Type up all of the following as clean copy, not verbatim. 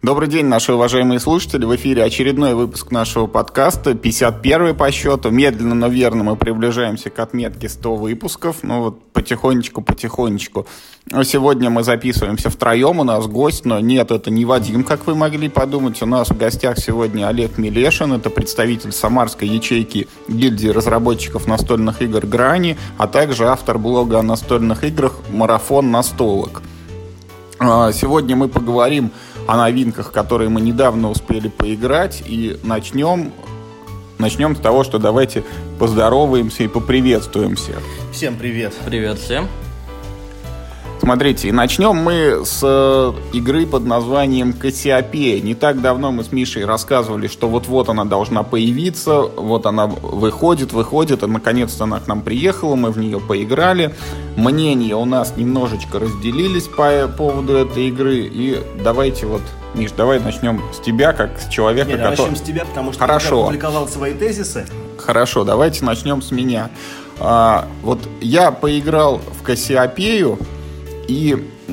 Добрый день, наши уважаемые слушатели. В эфире очередной выпуск нашего подкаста, 51-й по счету. Медленно, но верно мы приближаемся к отметке 100 выпусков. Ну вот потихонечку. Сегодня мы записываемся втроем, у нас гость, но нет, это не Вадим, как вы могли подумать. У нас в гостях сегодня Олег Милешин, это представитель самарской ячейки гильдии разработчиков настольных игр «Грани», а также автор блога о настольных играх «Марафон настолок». Сегодня мы поговорим о новинках, которые мы недавно успели поиграть, и начнем с того, что давайте поздороваемся и поприветствуем всех. Всем привет. Привет всем. Смотрите, и начнем мы с игры под названием «Кассиопея». Не так давно мы с Мишей рассказывали, что вот-вот она должна появиться, вот она выходит, и наконец-то она к нам приехала, мы в нее поиграли. Мнения у нас немножечко разделились по поводу этой игры, и давайте Миш, давай начнем с тебя, как с человека, который... Начнем с тебя, потому что Хорошо. ты опубликовал свои тезисы. Хорошо, давайте начнем с меня. Вот я поиграл в «Кассиопею», и у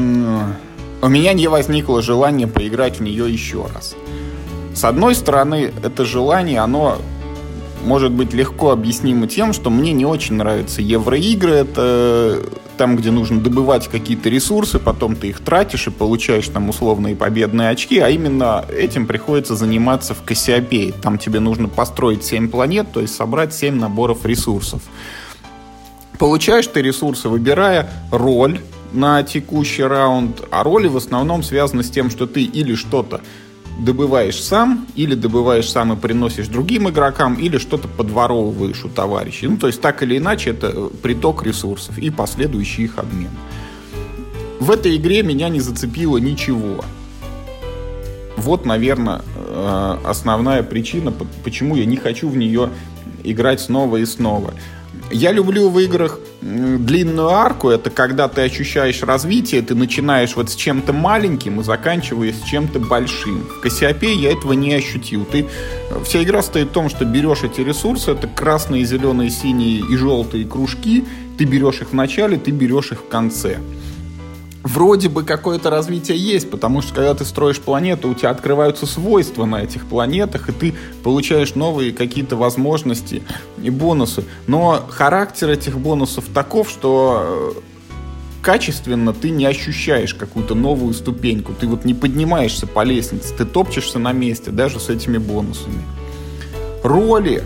меня не возникло желания поиграть в нее еще раз. С одной стороны, это желание, оно может быть легко объяснимо тем, что мне не очень нравятся евроигры. Это там, где нужно добывать какие-то ресурсы, потом ты их тратишь и получаешь там условные победные очки, а именно этим приходится заниматься в «Кассиопее». Там тебе нужно построить 7 планет, то есть собрать 7 наборов ресурсов. Получаешь ты ресурсы, выбирая роль на текущий раунд, а роли в основном связаны с тем, что ты или что-то добываешь сам, или добываешь сам и приносишь другим игрокам, или что-то подворовываешь у товарищей. Ну, то есть, так или иначе, это приток ресурсов и последующий их обмен. В этой игре меня не зацепило ничего. Вот, наверное, основная причина, почему я не хочу в нее играть снова и снова. Я люблю в играх длинную арку, это когда ты ощущаешь развитие, ты начинаешь вот с чем-то маленьким и заканчиваешь с чем-то большим. В «Кассиопее» я этого не ощутил. Вся игра стоит в том, что берешь эти ресурсы, это красные, зеленые, синие и желтые кружки, ты берешь их в начале, ты берешь их в конце. Вроде бы какое-то развитие есть, потому что когда ты строишь планету, у тебя открываются свойства на этих планетах, и ты получаешь новые какие-то возможности и бонусы. Но характер этих бонусов таков, что качественно ты не ощущаешь какую-то новую ступеньку. Ты вот не поднимаешься по лестнице, ты топчешься на месте, даже с этими бонусами. Роли,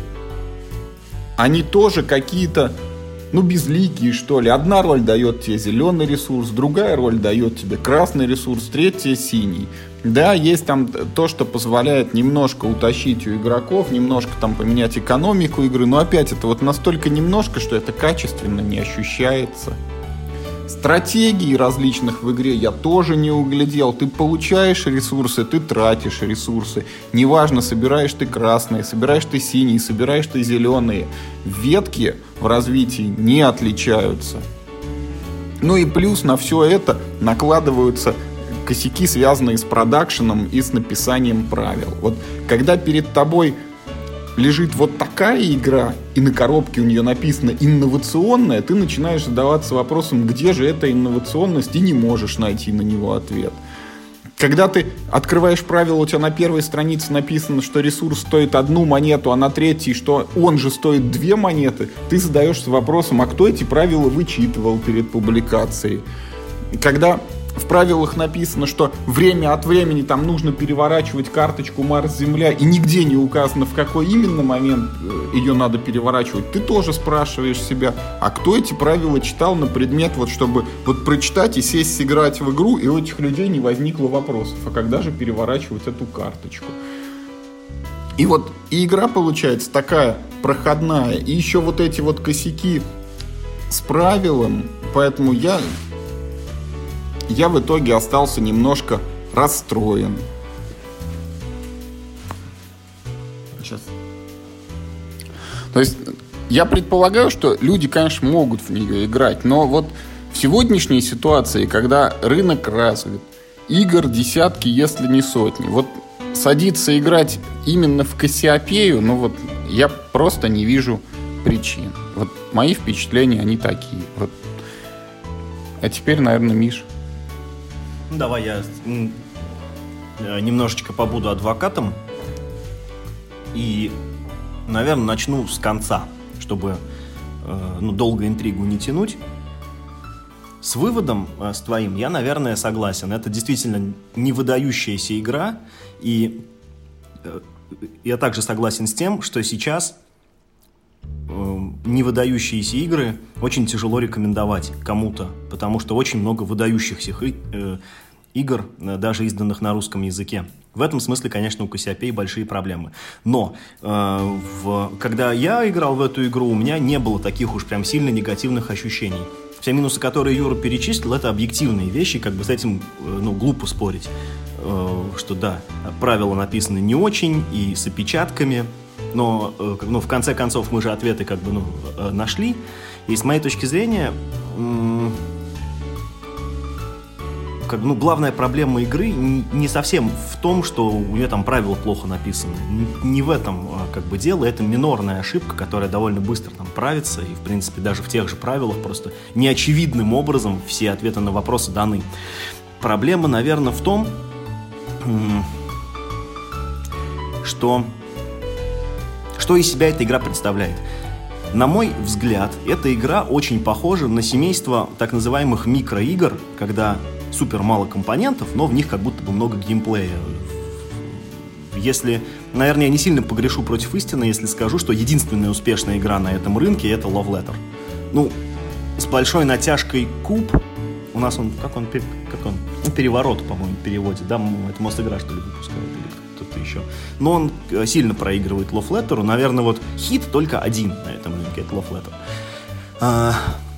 они тоже какие-то безликие, что ли. Одна роль дает тебе зеленый ресурс, другая роль дает тебе красный ресурс, третья синий. Да, есть там то, что позволяет немножко утащить у игроков, немножко там поменять экономику игры, но опять это вот настолько немножко, что это качественно не ощущается. Стратегий различных в игре я тоже не углядел. Ты получаешь ресурсы, ты тратишь ресурсы. Неважно, собираешь ты красные, собираешь ты синие, собираешь ты зеленые. Ветки в развитии не отличаются. Ну и плюс на все это накладываются косяки, связанные с продакшеном и с написанием правил. Вот когда перед тобой лежит вот такая игра, и на коробке у нее написано «инновационная», ты начинаешь задаваться вопросом, где же эта инновационность, и не можешь найти на него ответ. Когда ты открываешь правила, у тебя на первой странице написано, что ресурс стоит 1 монету, а на третьей, что он же стоит 2 монеты, ты задаешься вопросом, а кто эти правила вычитывал перед публикацией. Когда в правилах написано, что время от времени там нужно переворачивать карточку Марс-Земля, и нигде не указано, в какой именно момент ее надо переворачивать, ты тоже спрашиваешь себя, а кто эти правила читал на предмет, чтобы прочитать и сесть сыграть в игру, и у этих людей не возникло вопросов, а когда же переворачивать эту карточку. И игра получается такая проходная, и еще эти косяки с правилом, поэтому я в итоге остался немножко расстроен. Сейчас. То есть, я предполагаю, что люди, конечно, могут в нее играть, но в сегодняшней ситуации, когда рынок развит, игр десятки, если не сотни, садиться играть именно в «Кассиопею», я просто не вижу причин. Мои впечатления, они такие. А теперь, наверное, Миш. Давай я немножечко побуду адвокатом и, наверное, начну с конца, чтобы долго интригу не тянуть. С выводом, с твоим, я, наверное, согласен. Это действительно не выдающаяся игра, и я также согласен с тем, что сейчас невыдающиеся игры очень тяжело рекомендовать кому-то, потому что очень много выдающихся игр, даже изданных на русском языке. В этом смысле, конечно, у Cassiopeia большие проблемы. Но когда я играл в эту игру, у меня не было таких уж прям сильно негативных ощущений. Все минусы, которые Юра перечислил, это объективные вещи, как бы с этим глупо спорить. Что да, правила написаны не очень и с опечатками, но в конце концов мы же ответы нашли. И с моей точки зрения, главная проблема игры не совсем в том, что у нее там правила плохо написаны. Не в этом дело, это минорная ошибка, которая довольно быстро там правится, и в принципе даже в тех же правилах просто неочевидным образом все ответы на вопросы даны. Проблема, наверное, в том, что из себя эта игра представляет. На мой взгляд, эта игра очень похожа на семейство так называемых микроигр, когда супер мало компонентов, но в них как будто бы много геймплея. Наверное, я не сильно погрешу против истины, если скажу, что единственная успешная игра на этом рынке — это Love Letter. С большой натяжкой куб. У нас переворот, по-моему, переводит, да? Это Мосигра, что ли, выпускает, или кто-то еще. Но он сильно проигрывает Love Letter. Наверное, хит только один на этом рынке — это Love Letter.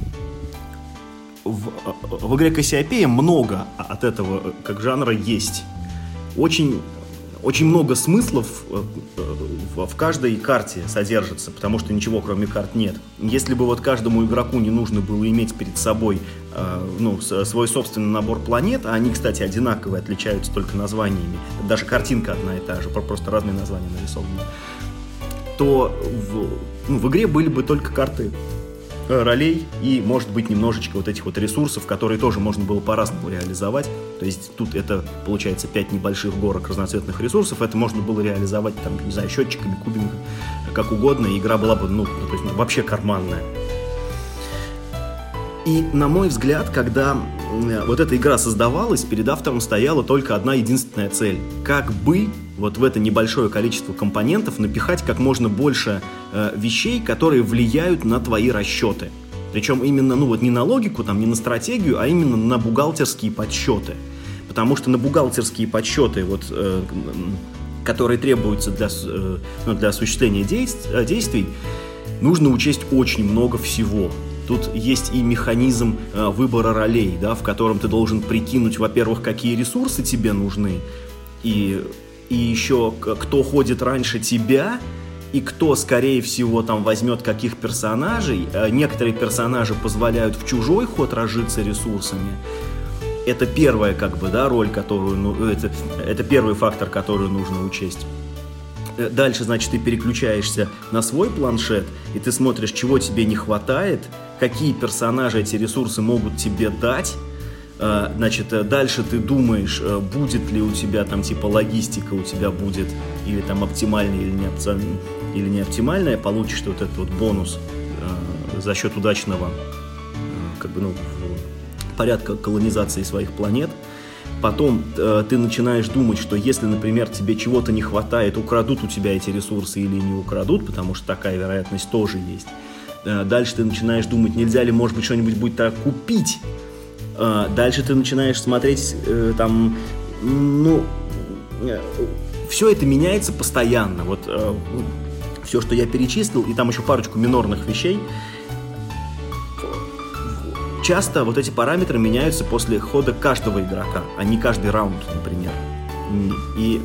В игре Cassiopeia много от этого как жанра есть. Очень много смыслов в каждой карте содержится, потому что ничего кроме карт нет. Если бы каждому игроку не нужно было иметь перед собой свой собственный набор планет, а они, кстати, одинаковые, отличаются только названиями, даже картинка одна и та же, просто разные названия нарисованы, то в игре были бы только карты ролей и, может быть, немножечко этих ресурсов, которые тоже можно было по-разному реализовать. То есть тут это, получается, 5 небольших горок разноцветных ресурсов. Это можно было реализовать, счетчиками, кубиками, как угодно. И игра была бы, вообще карманная. И, на мой взгляд, когда эта игра создавалась, перед автором стояла только одна единственная цель. Как бы в это небольшое количество компонентов напихать как можно больше вещей, которые влияют на твои расчеты. Причем именно, не на логику, не на стратегию, а именно на бухгалтерские подсчеты. Потому что на бухгалтерские подсчеты, которые требуются для осуществления действий, нужно учесть очень много всего. Тут есть и механизм выбора ролей, да, в котором ты должен прикинуть, во-первых, какие ресурсы тебе нужны, и еще кто ходит раньше тебя, и кто, скорее всего, возьмет каких персонажей. Некоторые персонажи позволяют в чужой ход разжиться ресурсами. Это первая, роль, которую, это первый фактор, который нужно учесть. Дальше, значит, ты переключаешься на свой планшет, и ты смотришь, чего тебе не хватает, какие персонажи эти ресурсы могут тебе дать. Значит, дальше ты думаешь, будет ли у тебя логистика у тебя будет или оптимальная, или не оптимальная, получишь этот бонус за счет удачного порядка колонизации своих планет. Потом ты начинаешь думать, что если, например, тебе чего-то не хватает, украдут у тебя эти ресурсы или не украдут, потому что такая вероятность тоже есть. Дальше ты начинаешь думать, нельзя ли, может быть, что-нибудь будет так купить. Дальше ты начинаешь смотреть, все это меняется постоянно. Все, что я перечислил, и там еще парочку минорных вещей. Часто эти параметры меняются после хода каждого игрока, а не каждый раунд, например. И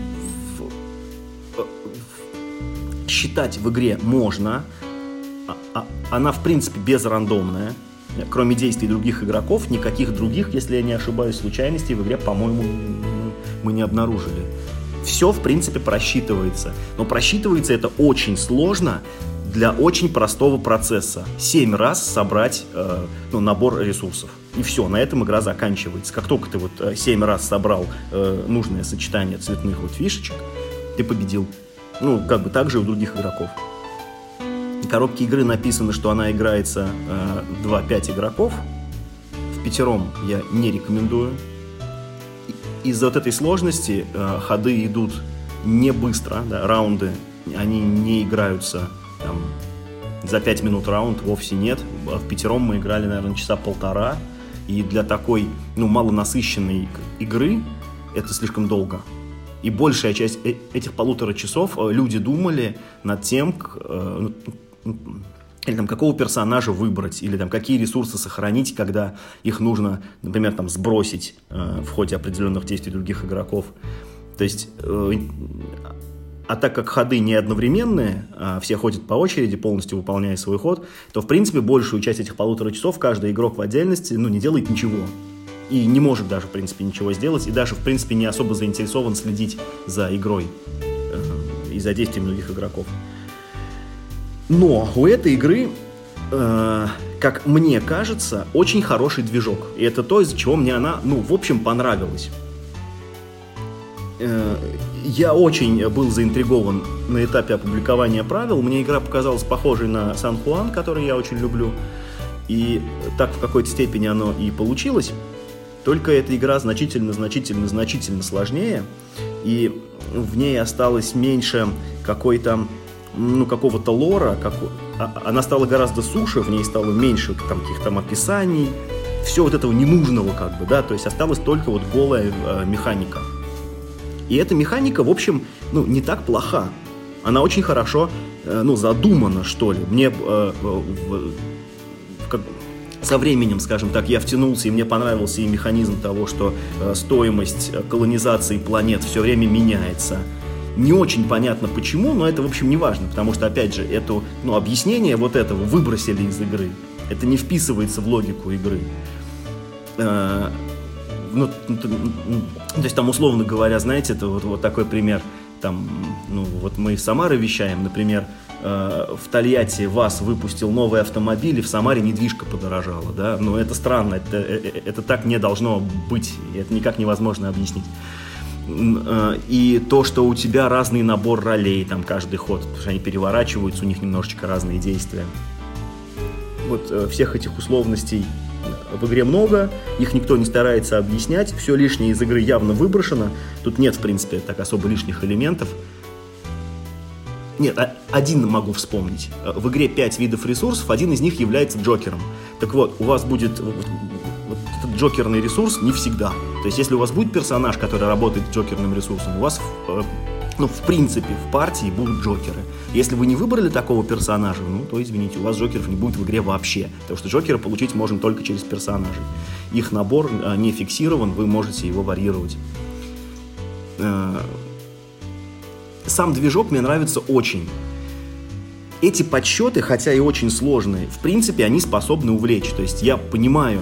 считать в игре можно, она, в принципе, безрандомная. Кроме действий других игроков, никаких других, если я не ошибаюсь, случайностей в игре, по-моему, мы не обнаружили. Все, в принципе, просчитывается. Но просчитывается это очень сложно, для очень простого процесса. 7 раз собрать набор ресурсов. И все, на этом игра заканчивается. Как только ты 7 раз собрал нужное сочетание цветных фишечек, ты победил. Так же и у других игроков. В коробке игры написано, что она играется 2-5 игроков. В пятером я не рекомендую. Из-за этой сложности ходы идут не быстро, да, раунды, они не играются за 5 минут раунд, вовсе нет. В пятером мы играли, наверное, часа полтора. И для такой, малонасыщенной игры это слишком долго. И большая часть этих 1,5 часов люди думали над тем, или какого персонажа выбрать, или какие ресурсы сохранить, когда их нужно, например, сбросить в ходе определенных действий других игроков. То есть, а так как ходы не одновременные, а все ходят по очереди, полностью выполняя свой ход, то, в принципе, большую часть этих 1,5 часов каждый игрок в отдельности, не делает ничего. И не может даже, в принципе, ничего сделать, и даже, в принципе, не особо заинтересован следить за игрой и за действиями других игроков. Но у этой игры, как мне кажется, очень хороший движок. И это то, из-за чего мне она, в общем, понравилась. Я очень был заинтригован на этапе опубликования правил. Мне игра показалась похожей на Сан Хуан, который я очень люблю. И так в какой-то степени оно и получилось. Только эта игра значительно сложнее. И в ней осталось меньше какого-то лора. Она стала гораздо суше, в ней стало меньше каких-то описаний. Все этого ненужного то есть осталась только голая механика. И эта механика, в общем, не так плоха. Она очень хорошо, задумана, что ли. Мне со временем, скажем так, я втянулся, и мне понравился и механизм того, что стоимость колонизации планет все время меняется. Не очень понятно почему, но это, в общем, не важно, потому что, опять же, объяснение этого выбросили из игры. Это не вписывается в логику игры. То есть условно говоря, знаете, это вот такой пример. Мы из Самары вещаем, например, в Тольятти ВАЗ выпустил новый автомобиль, и в Самаре недвижка подорожала, да? Это странно, это так не должно быть, это никак невозможно объяснить. И то, что у тебя разный набор ролей, каждый ход, потому что они переворачиваются, у них немножечко разные действия. Всех этих условностей в игре много, их никто не старается объяснять, все лишнее из игры явно выброшено, тут нет, в принципе, так особо лишних элементов. Нет, один могу вспомнить. В игре 5 видов ресурсов, один из них является джокером. Так вот, у вас будет этот джокерный ресурс не всегда. То есть, если у вас будет персонаж, который работает с джокерным ресурсом, у вас, в принципе, в партии будут джокеры. Если вы не выбрали такого персонажа, то, извините, у вас джокеров не будет в игре вообще. Потому что джокера получить можно только через персонажей. Их набор не фиксирован, вы можете его варьировать. Сам движок мне нравится очень. Эти подсчеты, хотя и очень сложные, в принципе, они способны увлечь. То есть я понимаю,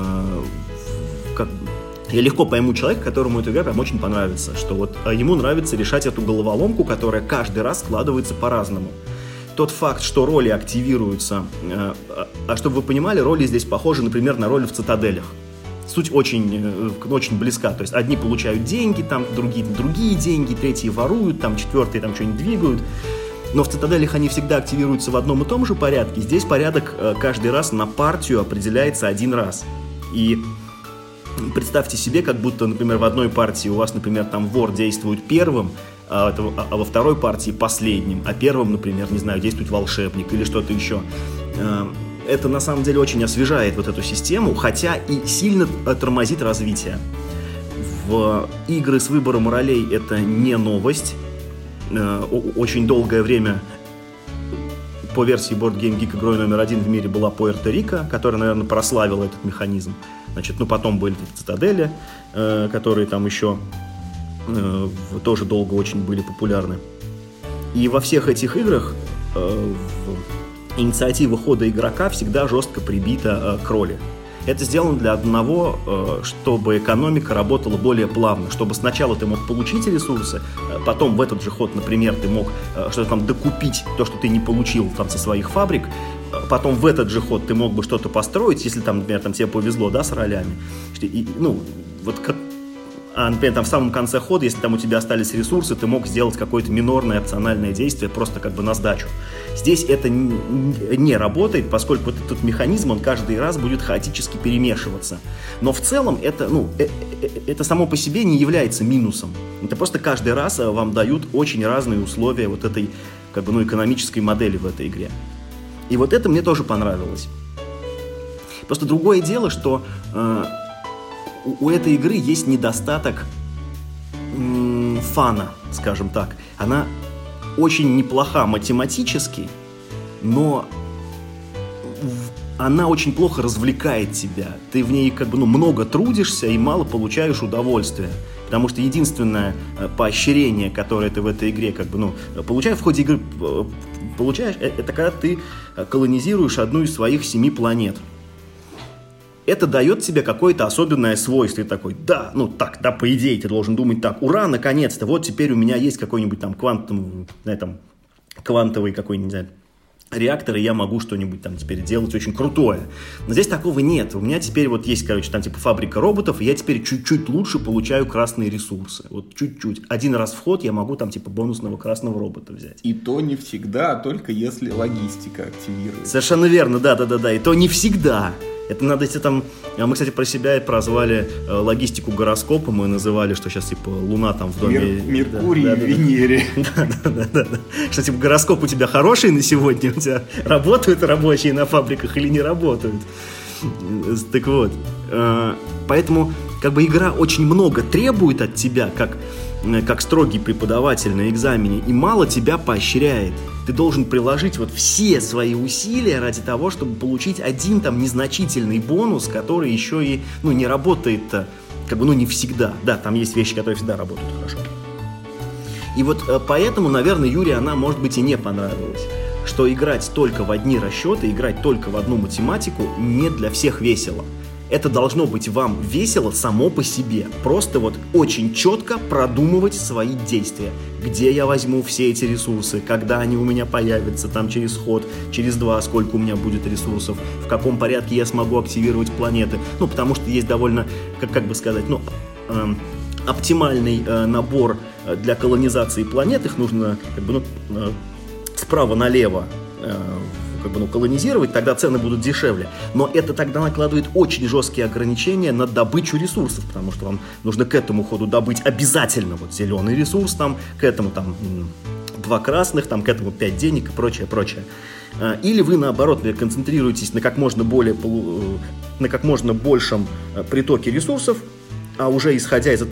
я легко пойму человека, которому эта игра прям очень понравится, что ему нравится решать эту головоломку, которая каждый раз складывается по-разному. Тот факт, что роли активируются, чтобы вы понимали, роли здесь похожи, например, на роли в цитаделях. Суть очень близка. То есть одни получают деньги, другие деньги, третьи воруют, четвертые что-нибудь двигают. Но в цитаделях они всегда активируются в одном и том же порядке. Здесь порядок каждый раз на партию определяется один раз. И представьте себе, как будто, например, в одной партии у вас, например, вор действует первым, а во второй партии последним, а первым, например, действует волшебник или что-то еще. Это на самом деле очень освежает эту систему, хотя и сильно тормозит развитие. В игры с выбором ролей это не новость. Очень долгое время по версии Board Game Geek игрой номер 1 в мире была Пуэрто-Рико, которая, наверное, прославила этот механизм. Потом были цитадели, которые еще тоже долго очень были популярны. И во всех этих играх инициатива хода игрока всегда жестко прибита к роли. Это сделано для одного, чтобы экономика работала более плавно, чтобы сначала ты мог получить ресурсы, потом в этот же ход, например, ты мог что-то там докупить, то, что ты не получил там со своих фабрик, потом в этот же ход ты мог бы что-то построить, если там, например, там тебе повезло, да, с ролями. И, ну, вот как... А, например, там в самом конце хода, если там у тебя остались ресурсы, ты мог сделать какое-то минорное опциональное действие просто как бы на сдачу. Здесь это не работает, поскольку вот этот механизм, он каждый раз будет хаотически перемешиваться. Но в целом это, ну, это само по себе не является минусом. Это просто каждый раз вам дают очень разные условия вот этой как бы, ну, экономической модели в этой игре. И вот это мне тоже понравилось. Просто другое дело, что у этой игры есть недостаток фана, скажем так. Она очень неплоха математически, но она очень плохо развлекает тебя. Ты в ней как бы, ну, много трудишься и мало получаешь удовольствия. Потому что единственное поощрение, которое ты в этой игре как бы, ну, получаешь в ходе игры, это когда ты колонизируешь одну из своих 7 планет. Это дает тебе какое-то особенное свойство. И такой, да, ну так, да, по идее, ты должен думать так, ура, наконец-то, вот теперь у меня есть какой-нибудь там квантовый какой-нибудь, не знаю, реактор, и я могу что-нибудь там теперь делать очень крутое. Но здесь такого нет. У меня теперь вот есть, короче, там типа фабрика роботов, и я теперь чуть-чуть лучше получаю красные ресурсы. Вот чуть-чуть. Один раз в ход я могу там типа бонусного красного робота взять. И то не всегда, а только если логистика активируется. Совершенно верно, да. И то не всегда. Это надо, если там... Мы, кстати, про себя прозвали логистику гороскопа. Мы называли, что сейчас, типа, Луна там в доме... Меркурий и Венере. Да. Что, типа, гороскоп у тебя хороший на сегодня? У тебя работают рабочие на фабриках или не работают? Так вот. Поэтому, как бы, игра очень много требует от тебя, как строгий преподаватель на экзамене, и мало тебя поощряет. Ты должен приложить вот все свои усилия ради того, чтобы получить один там незначительный бонус, который еще и, ну, не работает, как бы, ну, не всегда. Да, там есть вещи, которые всегда работают хорошо. И вот поэтому, наверное, Юре она, может быть, и не понравилась. Что играть только в одни расчеты, играть только в одну математику не для всех весело. Это должно быть вам весело само по себе. Просто вот очень четко продумывать свои действия. Где я возьму все эти ресурсы, когда они у меня появятся, там через ход, через 2, сколько у меня будет ресурсов, в каком порядке я смогу активировать планеты. Ну, потому что есть довольно, как бы сказать, ну, оптимальный набор для колонизации планет. Их нужно как бы, ну, справа налево как бы, ну, колонизировать, тогда цены будут дешевле. Но это тогда накладывает очень жесткие ограничения на добычу ресурсов, потому что вам нужно к этому ходу добыть обязательно вот зеленый ресурс, там, к этому там 2 красных, там, к этому 5 денег и прочее. Или вы, наоборот, концентрируетесь на как можно большем притоке ресурсов, а уже исходя из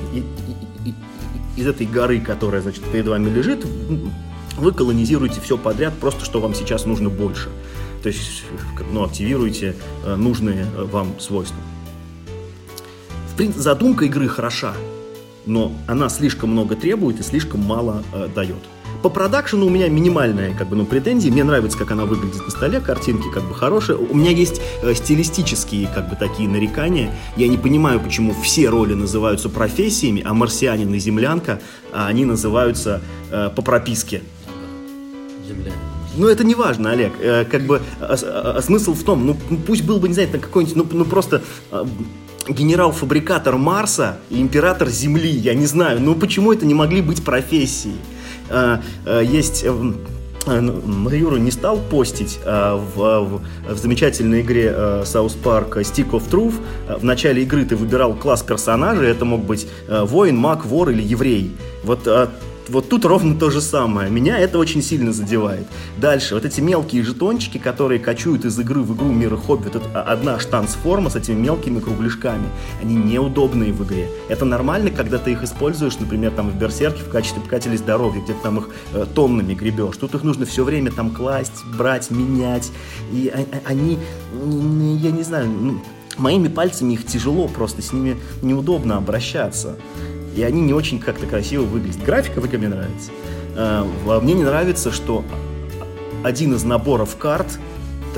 этой горы, которая, значит, перед вами лежит, вы колонизируете все подряд, просто что вам сейчас нужно больше. То есть, ну, активируете нужные вам свойства. В принципе, задумка игры хороша, но она слишком много требует и слишком мало дает. По продакшену у меня минимальные, как бы, ну, претензии. Мне нравится, как она выглядит на столе, картинки как бы хорошие. У меня есть стилистические, как бы, такие нарекания. Я не понимаю, почему все роли называются профессиями, а марсианин и землянка, они называются по прописке. Ну, это не важно, Олег. Как бы смысл в том, ну, пусть был бы, не знаю, какой-нибудь, ну просто генерал-фабрикатор Марса и император Земли, я не знаю. Ну, почему это не могли быть профессии? Есть... Юра не стал постить в замечательной игре South Park Stick of Truth. В начале игры ты выбирал класс персонажа, это мог быть воин, маг, вор или еврей. Вот тут ровно то же самое. Меня это очень сильно задевает. Дальше, вот эти мелкие жетончики, которые кочуют из игры в игру Мира Хоббит, это одна штанцформа с этими мелкими кругляшками. Они неудобные в игре. Это нормально, когда ты их используешь, например, там в Берсерке в качестве показателей здоровья, где ты там их тоннами гребешь. Тут их нужно все время там класть, брать, менять. И они, я не знаю, моими пальцами их тяжело, просто с ними неудобно обращаться. И они не очень как-то красиво выглядят. Графика мне нравится. Мне не нравится, что один из наборов карт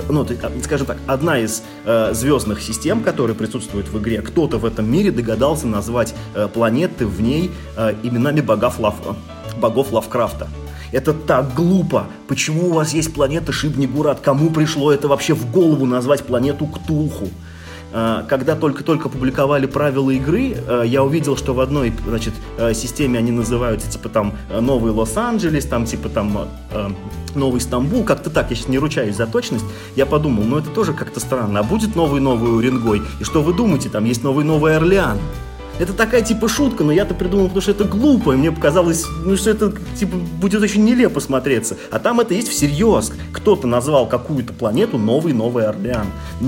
это, скажем так, одна из звездных систем, которые присутствуют в игре. Кто-то в этом мире догадался назвать планеты в ней именами богов Лавкрафта. Это так глупо. Почему у вас есть планета Шиб-Нигурат? Кому пришло это вообще в голову назвать планету Ктулху? Когда только публиковали правила игры, я увидел, что в одной, системе они называются, типа, там, Новый Лос-Анджелес, там, типа, там, Новый Стамбул, как-то так, я сейчас не ручаюсь за точность. Я подумал, это тоже как-то странно. А будет новый Уренгой? И что вы думаете, там есть Новый Орлеан? Это такая, типа, шутка, но я-то придумал, потому что это глупо, и мне показалось, что это, типа, будет очень нелепо смотреться. А там это есть всерьез. Кто-то назвал какую-то планету Новый Орлеан.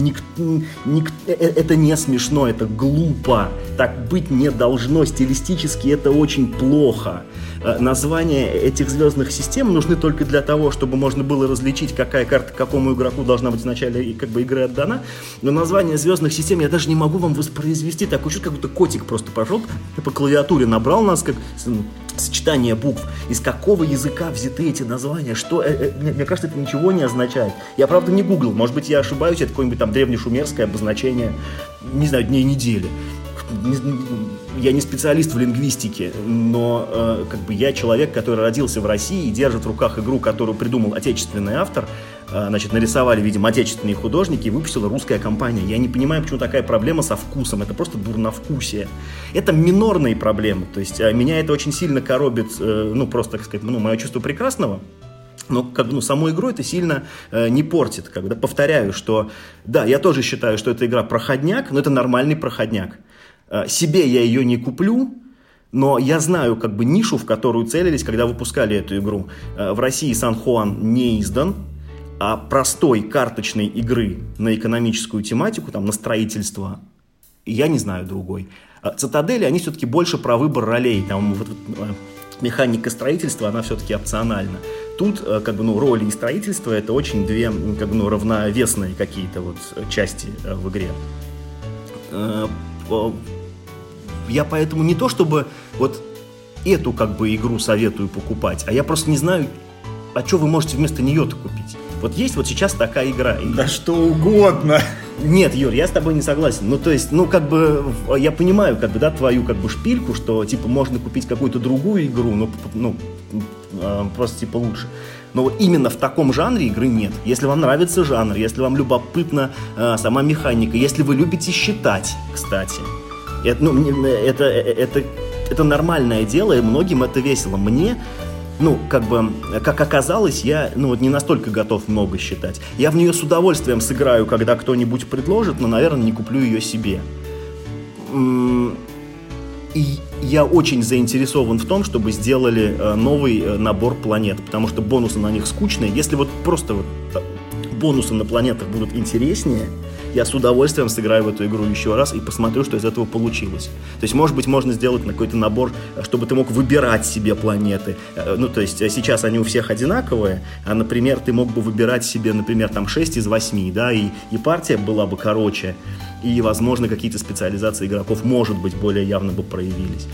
Это не смешно, это глупо. Так быть не должно. Стилистически это очень плохо. Названия этих звездных систем нужны только для того, чтобы можно было различить, какая карта какому игроку должна быть в начале игры отдана. Но название звездных систем я даже не могу вам воспроизвести. Такое чувство, как будто котик просто пошел по клавиатуре, набрал нас как сочетание букв. Из какого языка взяты эти названия? Что? Мне кажется, это ничего не означает. Я, правда, не гуглил. Может быть, я ошибаюсь. Это какое-нибудь там древнешумерское обозначение, не знаю, дней недели. Я не специалист в лингвистике, но я человек, который родился в России и держит в руках игру, которую придумал отечественный автор. Нарисовали, видимо, отечественные художники и выпустила русская компания. Я не понимаю, почему такая проблема со вкусом. Это просто дурновкусие. Это минорные проблемы. То есть меня это очень сильно коробит, просто, так сказать, мое чувство прекрасного. Но саму игру это сильно не портит. Когда повторяю, что да, я тоже считаю, что эта игра проходняк, но это нормальный проходняк. Себе я ее не куплю, но я знаю нишу, в которую целились, когда выпускали эту игру. В России Сан-Хуан не издан, а простой карточной игры на экономическую тематику, на строительство, я не знаю другой. Цитадели, они все-таки больше про выбор ролей. Механика строительства, она все-таки опциональна. Тут, роли и строительство, это очень две, равновесные какие-то части в игре. Я поэтому не то, чтобы эту игру советую покупать, а я просто не знаю, а что вы можете вместо нее-то купить. Есть сейчас такая игра. Да что угодно. Нет, Юр, я с тобой не согласен. Я понимаю, твою шпильку, что, можно купить какую-то другую игру, просто, лучше. Но именно в таком жанре игры нет. Если вам нравится жанр, если вам любопытна сама механика, если вы любите считать, кстати, это нормальное дело, и многим это весело. Мне, как оказалось, я не настолько готов много считать. Я в нее с удовольствием сыграю, когда кто-нибудь предложит, но, наверное, не куплю ее себе. И я очень заинтересован в том, чтобы сделали новый набор планет, потому что бонусы на них скучные. Если просто бонусы на планетах будут интереснее, я с удовольствием сыграю в эту игру еще раз и посмотрю, что из этого получилось. То есть, может быть, можно сделать какой-то набор, чтобы ты мог выбирать себе планеты. Сейчас они у всех одинаковые, а, например, ты мог бы выбирать себе, 6 из 8, да, и партия была бы короче, и, возможно, какие-то специализации игроков, может быть, более явно бы проявились.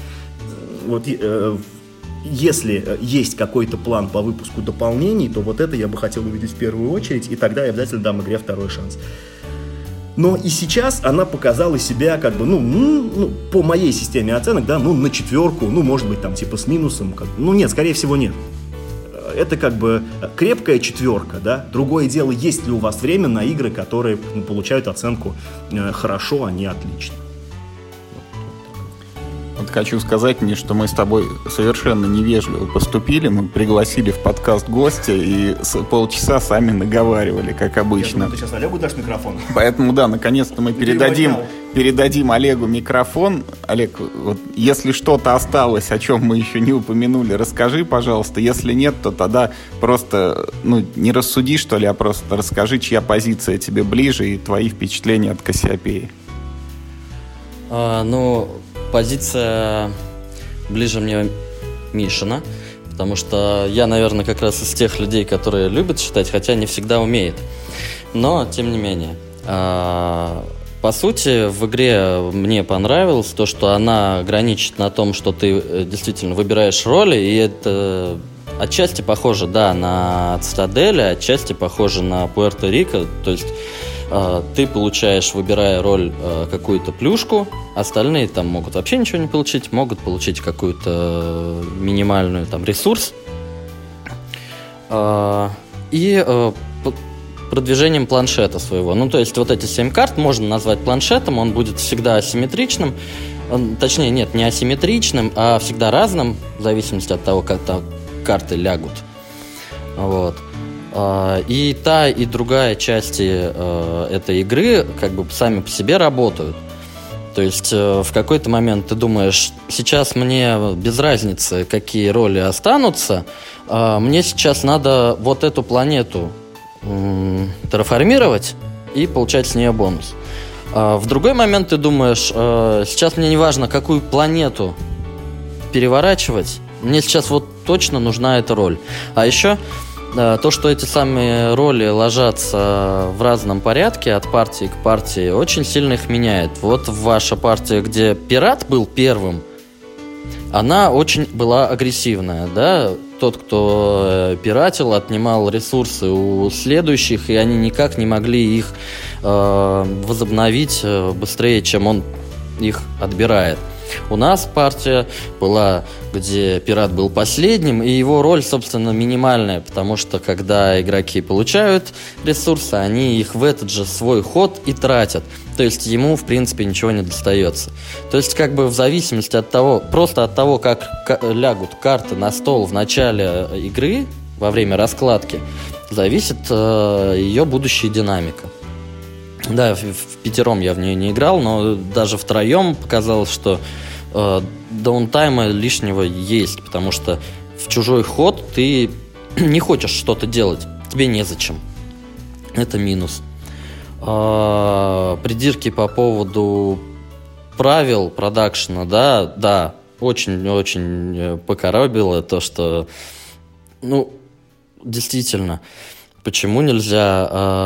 Если есть какой-то план по выпуску дополнений, то это я бы хотел увидеть в первую очередь, и тогда я обязательно дам игре второй шанс. Но и сейчас она показала себя по моей системе оценок, да, на 4, может быть, с минусом. Нет, скорее всего, нет. Это крепкая 4, да. Другое дело, есть ли у вас время на игры, которые получают оценку хорошо, а не отлично. Хочу сказать, что мы с тобой совершенно невежливо поступили. Мы пригласили в подкаст гостя и полчаса сами наговаривали, как обычно. Я думаю, ты сейчас Олегу дашь микрофон. Поэтому, да, наконец-то мы передадим Олегу микрофон. Олег, если что-то осталось, о чем мы еще не упомянули, расскажи, пожалуйста. Если нет, то тогда просто, не рассуди, что ли, а просто расскажи, чья позиция тебе ближе и твои впечатления от Кассиопеи. Позиция ближе мне Мишина, потому что я, наверное, как раз из тех людей, которые любят считать, хотя не всегда умеют. Но, тем не менее. По сути, в игре мне понравилось то, что она граничит на том, что ты действительно выбираешь роли, и это отчасти похоже, да, на Цитадель, отчасти похоже на Пуэрто-Рико. То есть ты получаешь, выбирая роль, какую-то плюшку, остальные там могут вообще ничего не получить, могут получить какую-то минимальную там ресурс. И продвижением планшета своего. Ну, то есть вот эти 7 карт можно назвать планшетом, он будет всегда асимметричным. Точнее, нет, не асимметричным, а всегда разным, в зависимости от того, как там карты лягут. Вот. И та, и другая части этой игры как бы сами по себе работают. То есть в какой-то момент ты думаешь, сейчас мне без разницы, какие роли останутся, мне сейчас надо вот эту планету терраформировать и получать с нее бонус. В другой момент ты думаешь, сейчас мне не важно, какую планету переворачивать, мне сейчас вот точно нужна эта роль. А еще то, что эти самые роли ложатся в разном порядке от партии к партии, очень сильно их меняет. Вот ваша партия, где пират был первым, она очень была агрессивная, да? Тот, кто пиратил, отнимал ресурсы у следующих, и они никак не могли их возобновить быстрее, чем он их отбирает. У нас партия была, где пират был последним, и его роль, собственно, минимальная, потому что когда игроки получают ресурсы, они их в этот же свой ход и тратят. То есть ему, в принципе, ничего не достается. То есть, как бы в зависимости от того, просто от того, как лягут карты на стол в начале игры, во время раскладки, зависит ее будущая динамика. Да, в пятером я в нее не играл, но даже втроем показалось, что даунтайма лишнего есть, потому что в чужой ход ты не хочешь что-то делать, тебе незачем. Это минус. Придирки по поводу правил продакшена, да, очень-очень покоробило то, что, ну, действительно, почему нельзя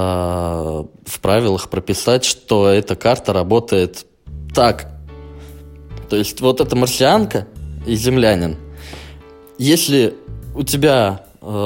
в правилах прописать, что эта карта работает так? То есть вот эта марсианка и землянин. Если у тебя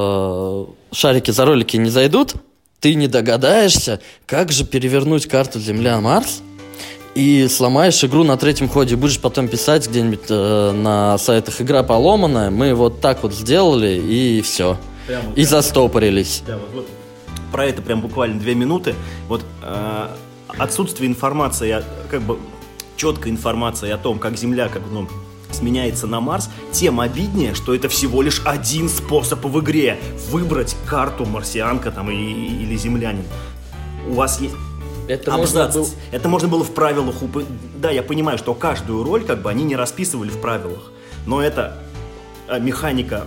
шарики за ролики не зайдут, ты не догадаешься, как же перевернуть карту Земля-Марс, и сломаешь игру на третьем ходе. Будешь потом писать где-нибудь на сайтах «Игра поломанная», мы вот так вот сделали, и все. И застопорились. Да, вот про это прям буквально 2 минуты. Вот отсутствие информации, как бы четкой информации о том, как Земля сменяется на Марс, тем обиднее, что это всего лишь один способ в игре выбрать карту марсианка там, или землянин. У вас есть абзац. Это можно было в правилах. Да, я понимаю, что каждую роль как бы они не расписывали в правилах, но это механика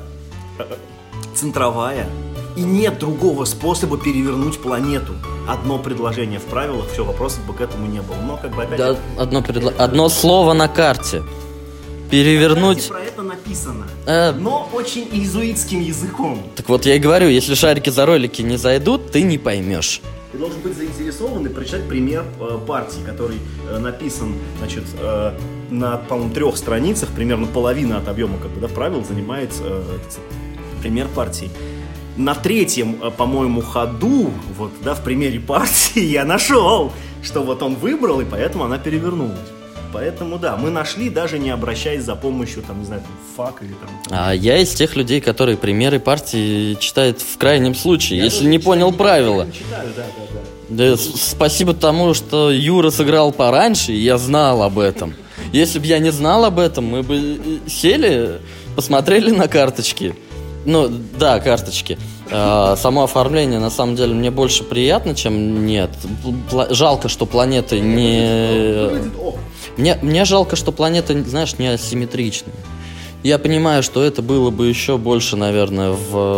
центровая, и нет другого способа перевернуть планету. Одно предложение в правилах, все, вопросов бы к этому не было. Но как бы опять... Да, одно слово на карте. Перевернуть... Про это написано, но очень иезуитским языком. Так вот я и говорю, если шарики за ролики не зайдут, ты не поймешь. Ты должен быть заинтересован и прочитать пример партии, который написан, значит, на, по-моему, 3 страницах, примерно половина от объема правил занимает пример партии. На 3-м, по-моему, ходу, вот, да, в примере партии я нашел, что вот он выбрал, и поэтому она перевернулась. Поэтому, да, мы нашли, даже не обращаясь за помощью, там, не знаю, фак или там... А я из тех людей, которые примеры партии читают в крайнем случае, если не понял правила. Да, спасибо тому, что Юра сыграл пораньше, и я знал об этом. Если бы я не знал об этом, мы бы сели, посмотрели на карточки. Ну, да, карточки. Само оформление, на самом деле, мне больше приятно, чем нет. Жалко, что планеты не... Мне жалко, что планеты, знаешь, не асимметричные. Я понимаю, что это было бы еще больше, наверное,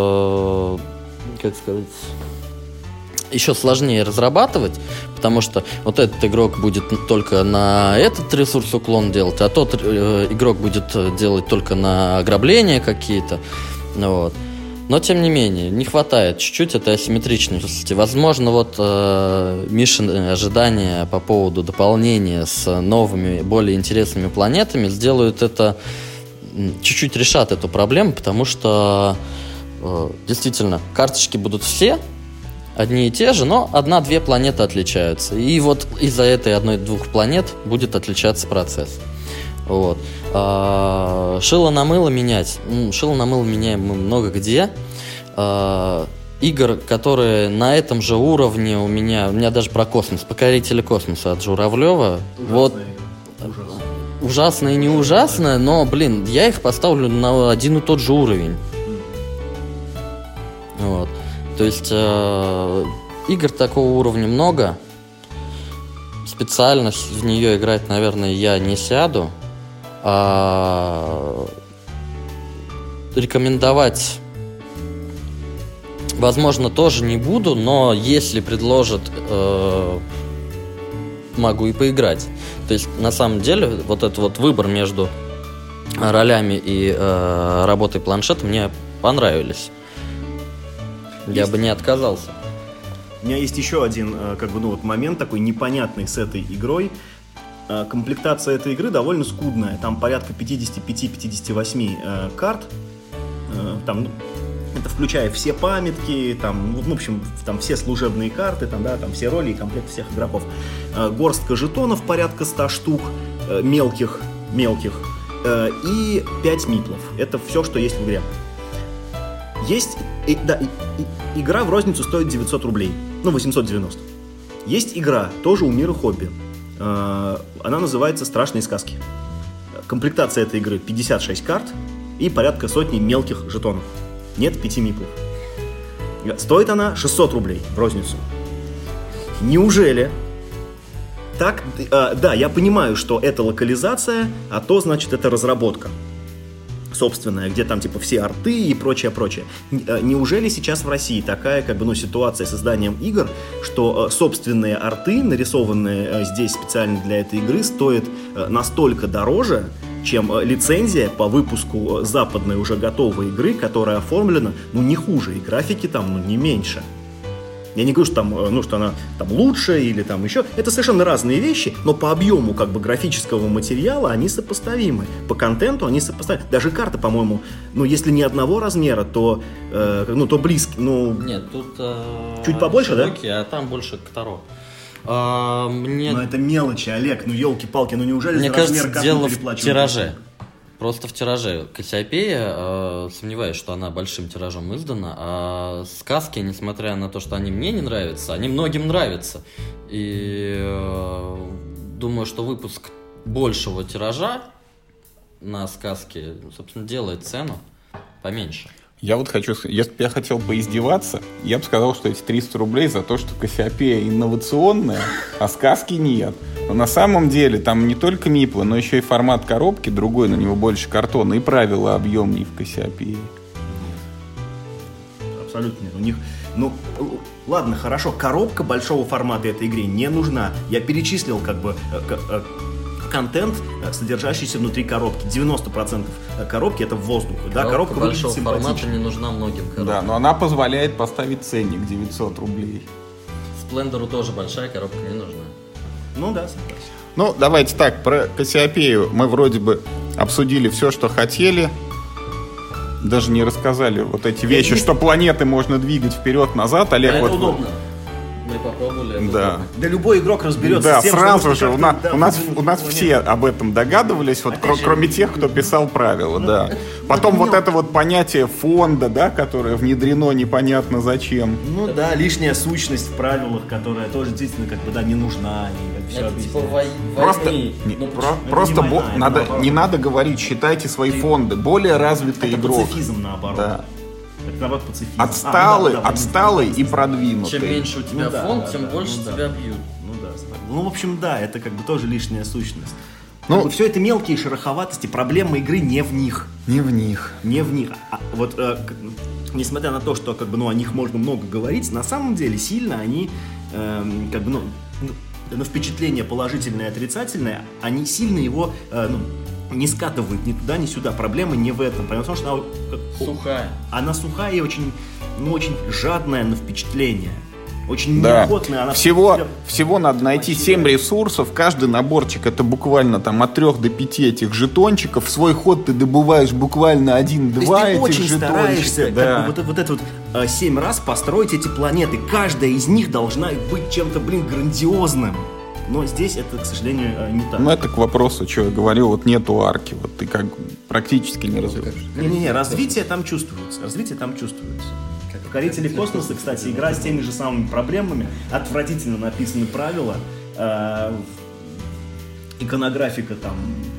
как сказать, еще сложнее разрабатывать, потому что вот этот игрок будет только на этот ресурс уклон делать, а тот игрок будет делать только на ограбления какие-то. Вот. Но, тем не менее, не хватает чуть-чуть этой асимметричности. Возможно, вот Мишины ожидания по поводу дополнения с новыми, более интересными планетами сделают это, чуть-чуть решат эту проблему, потому что действительно, карточки будут все одни и те же, но 1-2 планеты отличаются. И вот из-за этой 1-2 планет будет отличаться процесс. Вот. Шило на мыло менять. Шило на мыло меняем мы много где. Игр, которые на этом же уровне у меня даже про космос, Покорители космоса от Журавлева. Ужасная и не ужасная, но, блин, я их поставлю на один и тот же уровень. Вот. То есть игр такого уровня много. Специально в нее играть, наверное, я не сяду. Рекомендовать, возможно, тоже не буду, но если предложат, могу и поиграть. То есть, на самом деле, вот этот вот выбор между ролями и работой планшета мне понравились. Я бы не отказался. У меня есть еще один момент такой непонятный с этой игрой. Комплектация этой игры довольно скудная. Там порядка 55-58 карт. Там, это включая все памятки, там, в общем, там все служебные карты, там все роли и комплект всех игроков. Горстка жетонов, порядка 100 штук, мелких, и 5 миплов. Это все, что есть в игре. Игра в розницу стоит 900 рублей. 890. Есть игра, тоже у Мира Хобби. Она называется «Страшные сказки». Комплектация этой игры 56 карт и порядка сотни мелких жетонов. Нет 5 миплов. Стоит она 600 рублей в розницу. Неужели? Так, да, я понимаю, что это локализация, а то, значит, это разработка собственная, где там типа все арты и прочее. Неужели сейчас в России такая ситуация с созданием игр, что собственные арты, нарисованные здесь специально для этой игры, стоят настолько дороже, чем лицензия по выпуску западной уже готовой игры, которая оформлена, не хуже, и графики там, не меньше. Я не говорю, что что она там лучше или там еще. Это совершенно разные вещи, но по объему графического материала они сопоставимы. По контенту они сопоставимы. Даже карта, по-моему, если не одного размера, то близко. Нет, тут чуть побольше, широкий, да? А там больше Таро. Но это мелочи, Олег, елки-палки, неужели мне за размер кажется, дело в тираже. Просто в тираже. Кассиопея, сомневаюсь, что она большим тиражом издана, а сказки, несмотря на то, что они мне не нравятся, они многим нравятся. И думаю, что выпуск большего тиража на сказки, собственно, делает цену поменьше. Я хочу сказать, если бы я хотел поиздеваться, я бы сказал, что эти 300 рублей за то, что Кассиопея инновационная, а сказки нет. Но на самом деле там не только миплы, но еще и формат коробки другой, на него больше картона, и правила объемнее в Кассиопее. Абсолютно нет. У них, ладно, хорошо, коробка большого формата этой игре не нужна. Я перечислил контент, содержащийся внутри коробки. 90% коробки это в воздухе. Коробка большого формата не нужна многим коробкам. Да, но она позволяет поставить ценник 900 рублей. Сплендеру тоже большая коробка не нужна. Да, согласен. Давайте так, про Кассиопею мы вроде бы обсудили все, что хотели. Даже не рассказали вот эти вещи, что планеты можно двигать вперед-назад. Олег, это удобно. Мы попробовали. Да. Да любой игрок разберется. Да, с тем, сразу же. У нас все об этом догадывались, кроме тех, кто писал правила. Да. Потом это понятие фонда, да, которое внедрено непонятно зачем. Лишняя сущность в правилах, которая тоже действительно не нужна. Это типа просто не надо говорить, считайте свои фонды. Более развитый игрок. Это пацифизм, наоборот. Да. Это, наоборот, пацифизм. Отсталый и продвинутый. Чем меньше у тебя фонд, тем больше тебя бьют. В общем, это тоже лишняя сущность. Все это мелкие шероховатости, проблема игры не в них. Не в них. Несмотря на то, что о них можно много говорить, на самом деле сильно они на впечатление положительное и отрицательное, они сильно его не скатывают ни туда, ни сюда. Проблема не в этом. Проблема в том, что она сухая. Она сухая и очень жадная на впечатление. очень Да. неохотная. Она Всего надо найти 7 ресурсов. Каждый наборчик это буквально там от 3 до 5 этих жетончиков. В свой ход ты добываешь буквально 1-2 этих очень жетончика. стараешься Да. вот это 7 раз построить эти планеты. Каждая из них должна быть чем-то, грандиозным. Но здесь это, к сожалению, не так. Ну, это к вопросу, что я говорю, вот нету арки. Вот ты как практически не развиваешь. Не-не-не, развитие там чувствуется. «Покорители космоса», кстати, игра с теми же самыми проблемами. Отвратительно написаны правила. Иконографика там...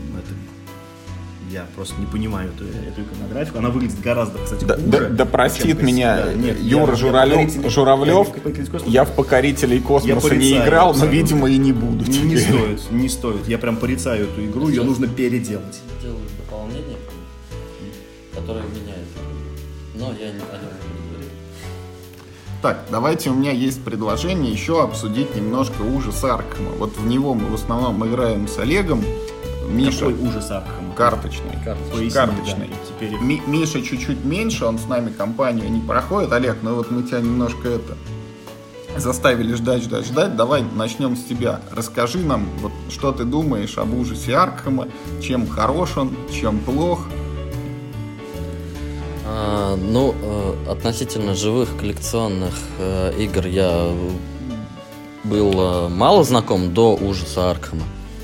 Я просто не понимаю эту иконографику. Она выглядит гораздо, кстати, хуже. Да простит чем меня Нет, Юра Журавлев. Я в «Покорителей космоса» не играл, но, видимо, и не буду. Не стоит. Я прям порицаю эту игру, ее нужно переделать. Делают дополнение, которое меняет. Но я о нем не буду говорить. Так, давайте, у меня есть предложение еще обсудить немножко ужас Аркхема. Вот в него мы в основном играем с Олегом. Миша, какой ужас Аркхема? Карточный. Карточный. Да. Теперь... Миша чуть-чуть меньше, он с нами компанию не проходит. Олег, ну вот мы тебя немножко заставили ждать. Давай начнем с тебя. Расскажи нам, вот, что ты думаешь об ужасе Аркхема, чем хорош он, чем плох. Относительно живых коллекционных игр я был мало знаком до ужаса Аркхема.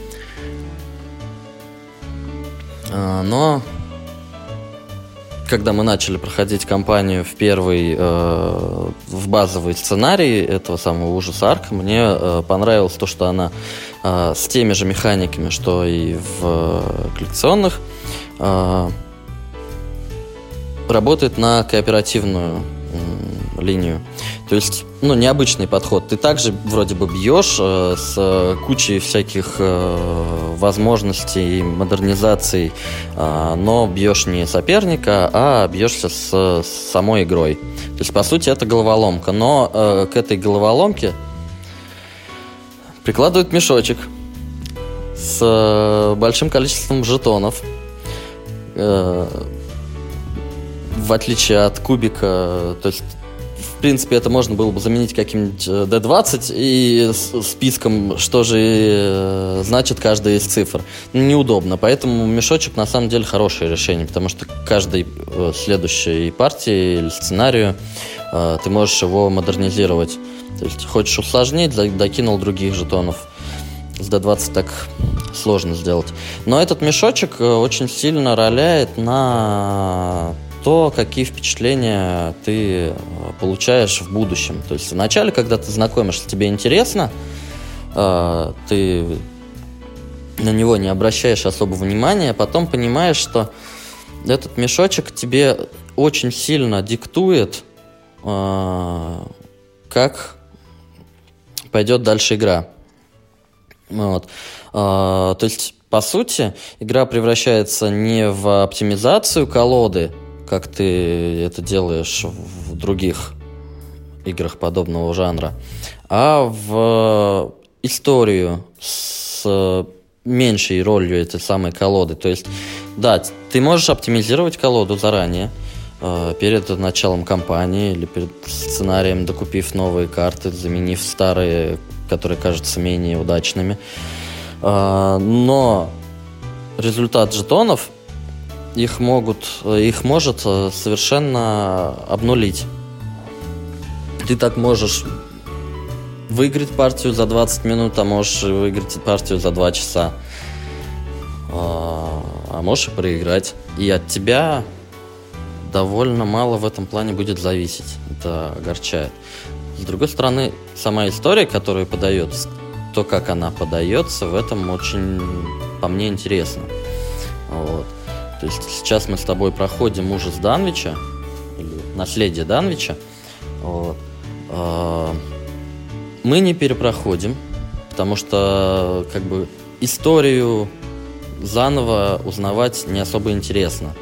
Но когда мы начали проходить кампанию в первый, в базовый сценарий этого самого ужаса Аркхема, мне понравилось то, что она с теми же механиками, что и в коллекционных, работает на кооперативную линию. То есть, необычный подход. Ты также вроде бы бьешь с кучей всяких возможностей, модернизаций, но бьешь не соперника, а бьешься с самой игрой. То есть, по сути, это головоломка. Но к этой головоломке прикладывают мешочек с большим количеством жетонов. В отличие от кубика, то есть, в принципе, это можно было бы заменить каким-нибудь D20 и списком, что же значит каждая из цифр. Неудобно, поэтому мешочек на самом деле хорошее решение, потому что каждой следующей партии или сценарию ты можешь его модернизировать. То есть, хочешь усложнить, докинул других жетонов. С D20 так сложно сделать. Но этот мешочек очень сильно роляет на то, какие впечатления ты получаешь в будущем. То есть вначале, когда ты знакомишься, тебе интересно, ты на него не обращаешь особого внимания, а потом понимаешь, что этот мешочек тебе очень сильно диктует, как пойдет дальше игра. Вот. То есть, по сути, игра превращается не в оптимизацию колоды, как ты это делаешь в других играх подобного жанра, а в историю с меньшей ролью этой самой колоды. То есть, да, ты можешь оптимизировать колоду заранее, перед началом кампании или перед сценарием, докупив новые карты, заменив старые, которые кажутся менее удачными. Но результат жетонов их может совершенно обнулить. Ты так можешь выиграть партию за 20 минут, а можешь выиграть партию за 2 часа. А можешь и проиграть. И от тебя довольно мало в этом плане будет зависеть. Это огорчает. С другой стороны, сама история, которая подается, то, как она подается, в этом очень, по мне, интересно. Вот. То есть сейчас мы с тобой проходим ужас Данвича, или наследие Данвича. Вот. Мы не перепроходим, потому что историю заново узнавать не особо интересно.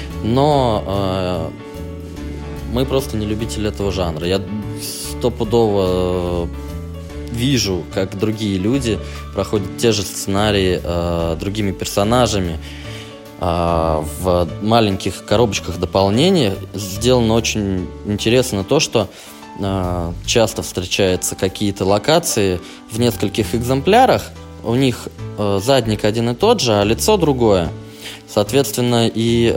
Но мы просто не любители этого жанра. Я стопудово вижу, как другие люди проходят те же сценарии другими персонажами. В маленьких коробочках дополнений сделано очень интересно то, что часто встречаются какие-то локации в нескольких экземплярах, у них задник один и тот же, а лицо другое. Соответственно, и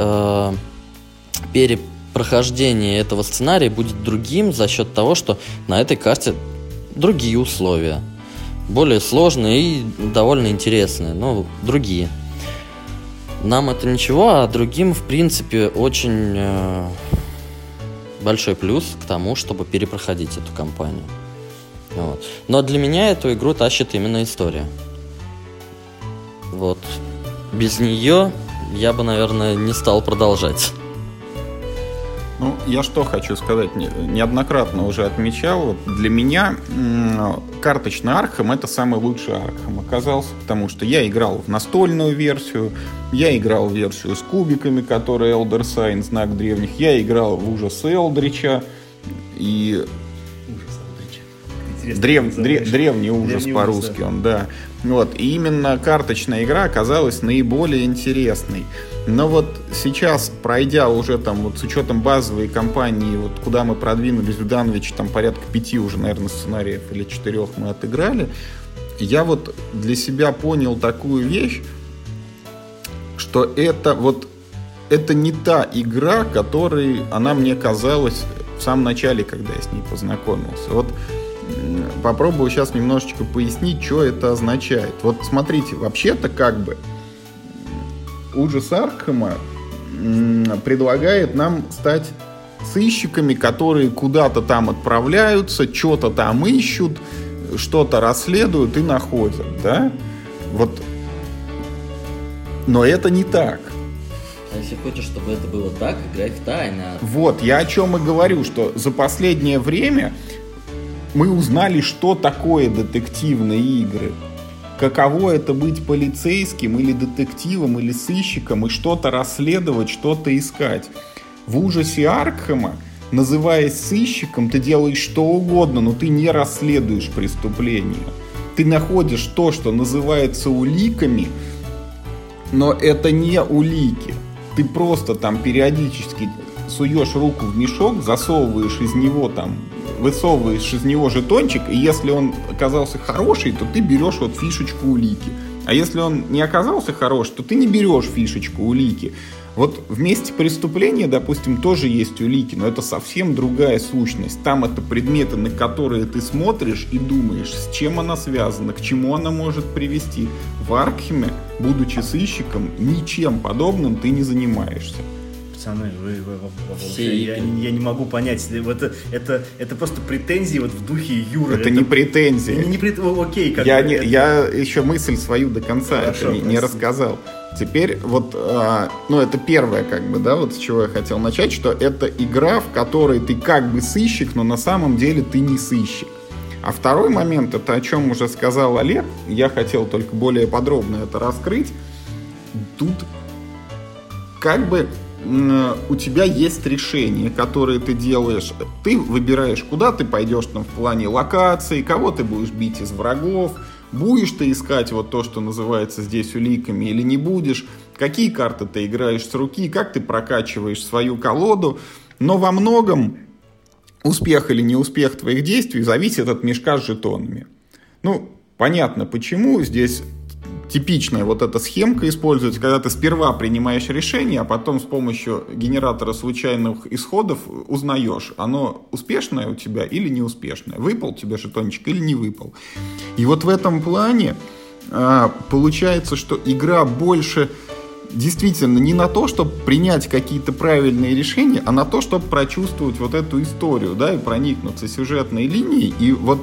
перепрохождение этого сценария будет другим за счет того, что на этой карте другие условия. Более сложные и довольно интересные, но другие. Нам это ничего, а другим, в принципе, очень большой плюс к тому, чтобы перепроходить эту кампанию. Вот. Но для меня эту игру тащит именно история. Вот. Без нее я бы, наверное, не стал продолжать. Ну, я что хочу сказать, неоднократно уже отмечал, вот для меня карточный Аркхем — это самый лучший Аркхем оказался, потому что я играл в настольную версию, я играл в версию с кубиками, которая Elder Sign, знак древних, я играл в ужас Элдрича и... Древний ужас по-русски он, да. Вот. И именно карточная игра оказалась наиболее интересной. Но вот сейчас, пройдя уже там вот с учетом базовой кампании, вот куда мы продвинулись в Данвич, там порядка 5 уже, наверное, сценариев или 4 мы отыграли, я вот для себя понял такую вещь, что это вот это не та игра, которой она мне казалась в самом начале, когда я с ней познакомился. Вот попробую сейчас немножечко пояснить, что это означает. Вот смотрите, вообще-то как бы ужас Аркхема предлагает нам стать сыщиками, которые куда-то там отправляются, что-то там ищут, что-то расследуют и находят, да? Вот. Но это не так. А если хочешь, чтобы это было так, играй в тайны. Вот, я о чем и говорю, что за последнее время мы узнали, что такое детективные игры. Каково это быть полицейским или детективом, или сыщиком, и что-то расследовать, что-то искать. В ужасе Аркхема, называясь сыщиком, ты делаешь что угодно, но ты не расследуешь преступление. Ты находишь то, что называется уликами, но это не улики. Ты просто там периодически суешь руку в мешок, засовываешь из него там, высовываешь из него жетончик, и если он оказался хороший, то ты берешь вот фишечку улики. А если он не оказался хорош, то ты не берешь фишечку улики. Вот в месте преступления, допустим, тоже есть улики, но это совсем другая сущность. Там это предметы, на которые ты смотришь и думаешь, с чем она связана, к чему она может привести. В Аркхеме, будучи сыщиком, ничем подобным ты не занимаешься. Пацаны, я не могу понять. Это просто претензии вот в духе Юры. Это не претензии. Окей, я еще мысль свою до конца не рассказал. Теперь вот, это первое, как бы, да, вот с чего я хотел начать, что это игра, в которой ты как бы сыщик, но на самом деле ты не сыщик. А второй момент, это о чем уже сказал Олег, я хотел только более подробно это раскрыть. Тут как бы у тебя есть решения, которые ты делаешь. Ты выбираешь, куда ты пойдешь там в плане локаций, кого ты будешь бить из врагов, будешь ты искать вот то, что называется здесь уликами, или не будешь, какие карты ты играешь с руки, как ты прокачиваешь свою колоду. Но во многом успех или неуспех твоих действий зависит от мешка с жетонами. Понятно почему. Здесь типичная вот эта схемка используется, когда ты сперва принимаешь решение, а потом с помощью генератора случайных исходов узнаешь, оно успешное у тебя или неуспешное, выпал тебе жетончик или не выпал. И вот в этом плане получается, что игра больше действительно не на то, чтобы принять какие-то правильные решения, а на то, чтобы прочувствовать вот эту историю, да, и проникнуться сюжетной линией. И вот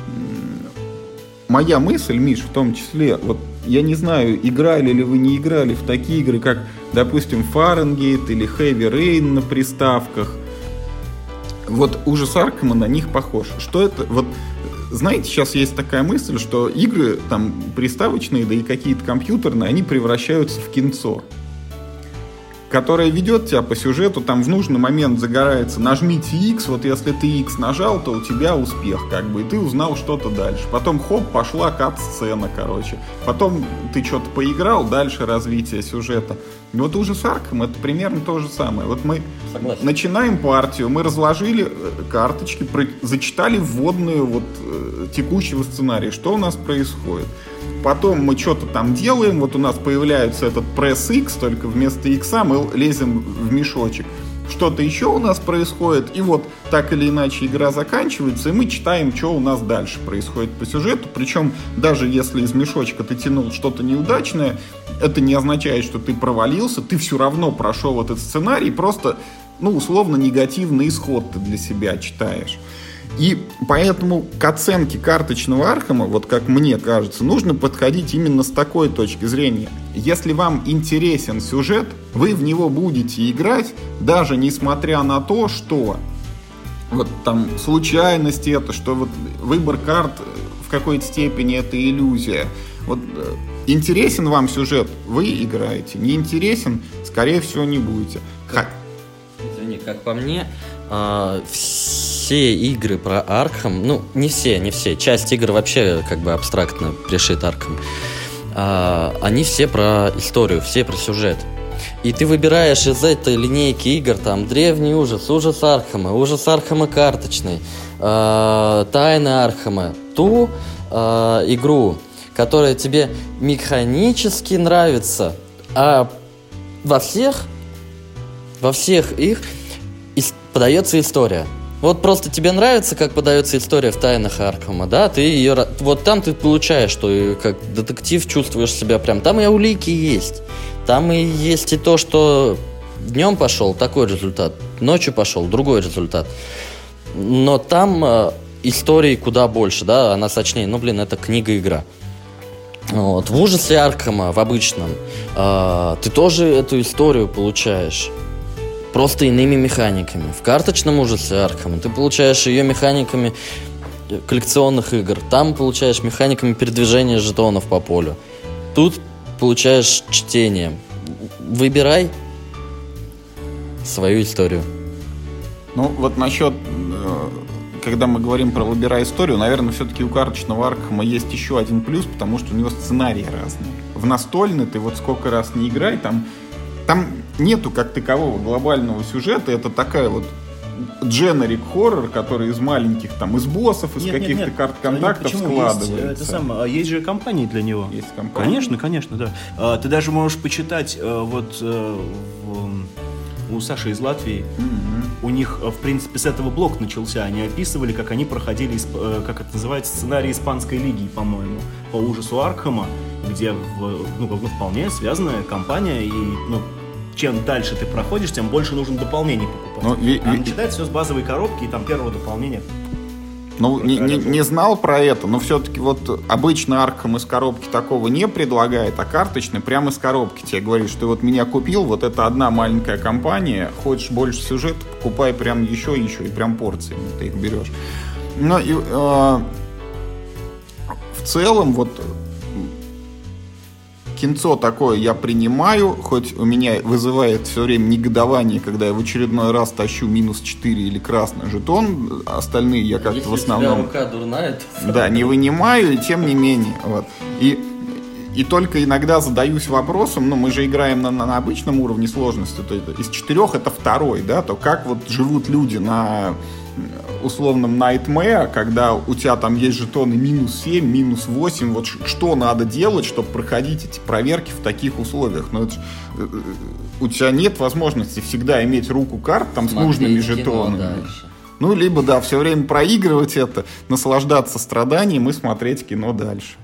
моя мысль, Миш, в том числе, вот я не знаю, играли ли вы, не играли в такие игры, как, допустим, Фаренгейт или Heavy Rain на приставках. Вот ужас Аркхема на них похож. Что это? Вот, знаете, сейчас есть такая мысль, что игры там приставочные, да и какие-то компьютерные, они превращаются в кинцо. которая ведет тебя по сюжету, там в нужный момент загорается, нажмите X, вот если ты X нажал, то у тебя успех, как бы, и ты узнал что-то дальше. Потом, хоп, пошла кат-сцена, короче. Потом ты что-то поиграл, дальше развитие сюжета. И вот ужас Аркхэм — это примерно то же самое. Вот мы начинаем партию, мы разложили карточки, зачитали вводную вот текущего сценария, что у нас происходит. Потом мы что-то там делаем, вот у нас появляется этот пресс X, только вместо X мы лезем в мешочек. Что-то еще у нас происходит, и вот так или иначе игра заканчивается, и мы читаем, что у нас дальше происходит по сюжету. Причем даже если из мешочка ты тянул что-то неудачное, это не означает, что ты провалился, ты все равно прошел этот сценарий, просто, условно, негативный исход ты для себя читаешь. И поэтому к оценке карточного Аркхэма, вот как мне кажется, нужно подходить именно с такой точки зрения. Если вам интересен сюжет, вы в него будете играть, даже несмотря на то, что вот там случайности это, что вот выбор карт в какой-то степени это иллюзия. Вот интересен вам сюжет, вы играете. Не интересен, скорее всего, не будете. Извини, как по мне, все игры про Аркхэм, не все, часть игр вообще как бы абстрактно пришит Аркхэм, они все про историю, все про сюжет. И ты выбираешь из этой линейки игр там древний ужас, ужас Аркхэма карточный, тайны Аркхэма, ту игру, которая тебе механически нравится, а во всех их подается история. Вот просто тебе нравится, как подается история в «Тайнах Аркхэма», да, ты ее... Вот там ты получаешь, что как детектив чувствуешь себя прям... Там и улики есть. Там и есть и то, что днем пошел такой результат, ночью пошел другой результат. Но там истории куда больше, да, она сочнее. Это книга-игра. Вот. В ужасе Аркхэма, в обычном, ты тоже эту историю получаешь. Просто иными механиками. В карточном ужасе Аркхэма ты получаешь ее механиками коллекционных игр. Там получаешь механиками передвижения жетонов по полю. Тут получаешь чтение. Выбирай свою историю. Вот насчет, когда мы говорим про «выбирай историю», наверное, все-таки у карточного Аркхэма есть еще один плюс, потому что у него сценарии разные. В настольный ты вот сколько раз не играй, там нету как такового глобального сюжета, это такая вот generic хоррор, который из маленьких из боссов, из каких-то карт контактов складывается. Есть же компании для него. Есть компании? Конечно, да. Ты даже можешь почитать у Саши из Латвии. У них, в принципе, с этого блог начался. Они описывали, как они проходили, как это называется, сценарий испанской лиги, по-моему, по ужасу Аркхэма, где вполне связанная компания, и чем дальше ты проходишь, тем больше нужно дополнений покупать. Начинается все с базовой коробки и там первого дополнения. Не знал про это, но все-таки вот обычно Аркхэм из коробки такого не предлагает, а карточный прямо из коробки тебе говорит, что ты вот меня купил, вот это одна маленькая компания, хочешь больше сюжета, покупай прям еще, и прям порциями ты их берешь. В целом вот кинцо такое я принимаю, хоть у меня вызывает все время негодование, когда я в очередной раз тащу -4 или красный жетон, остальные я как-то в основном... Если у тебя рука дурная, то... Да, не вынимаю, и тем не менее. Вот. И только иногда задаюсь вопросом, мы же играем на обычном уровне сложности, то из 4 это 2, да, то как вот живут люди на условном Nightmare, когда у тебя там есть жетоны -7, -8, вот что надо делать, чтобы проходить эти проверки в таких условиях? У тебя нет возможности всегда иметь руку карт там с нужными жетонами. Либо, да, все время проигрывать это, наслаждаться страданием и смотреть кино дальше.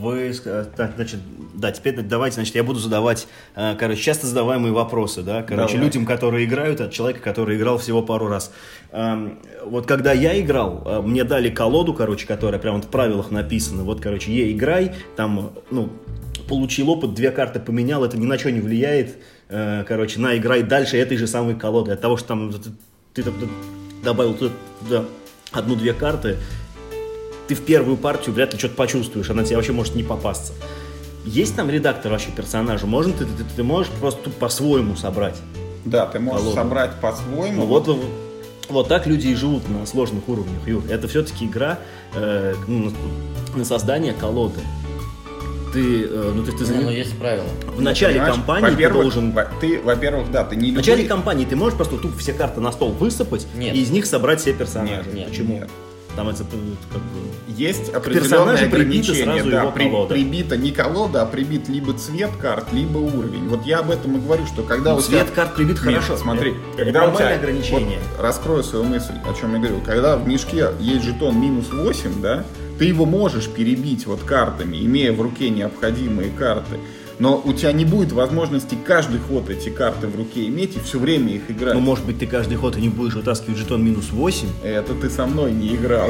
Теперь давайте, я буду задавать, часто задаваемые вопросы, да, людям, которые играют, от человека, который играл всего пару раз. Вот когда я играл, мне дали колоду, которая прямо в правилах написана, играй, там, получил опыт, 2 карты поменял, это ни на что не влияет, на играй дальше этой же самой колодой, от того, что там ты добавил туда 1-2 карты, ты в первую партию вряд ли что-то почувствуешь, она тебе вообще может не попасться. Есть там редактор вообще персонажа? Ты можешь просто по-своему собрать? Да, ты можешь колоду. собрать по-своему. Ну, вот так люди и живут на сложных уровнях, Юр. Это все-таки игра на создание колоды. Но есть правила. В начале Понимаешь, кампании ты должен... Во-первых, да, ты не В начале кампании ты можешь просто тупо все карты на стол высыпать Нет. и из них собрать все персонажи. Нет. Почему? Нет. Там это как бы... Есть персонажу определенные прибита ограничения. сразу Да, его колода. прибита не колода, а прибит либо цвет карт, либо уровень. Вот я об этом и говорю, что когда у тебя... Цвет карт прибит Нет, хорошо. смотри, Это когда у тебя... нормальное ограничение. Вот, раскрою свою мысль, о чем я говорил. Когда в мешке есть жетон минус 8, да, ты его можешь перебить вот картами, имея в руке необходимые карты. Но у тебя не будет возможности каждый ход эти карты в руке иметь и все время их играть. Ну, может быть, ты каждый ход и не будешь вытаскивать жетон минус 8. Это ты со мной не играл.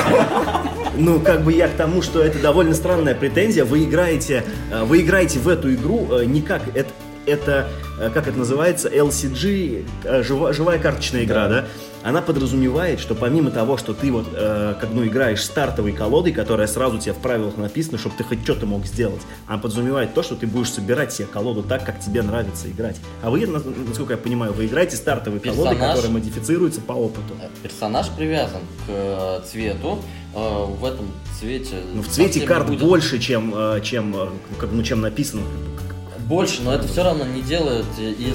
Ну, как бы я к тому, что это довольно странная претензия. Вы играете в эту игру не как... Это как это называется, LCG, живая карточная игра, да? Она подразумевает, что помимо того, что ты вот играешь стартовой колодой, которая сразу тебе в правилах написана, чтобы ты хоть что-то мог сделать, она подразумевает то, что ты будешь собирать себе колоду так, как тебе нравится играть. А вы, насколько я понимаю, вы играете стартовой колодой, которая модифицируется по опыту. Персонаж привязан к цвету. В этом цвете... Ну, в цвете карт больше, чем написано. Больше, но это все равно не делает из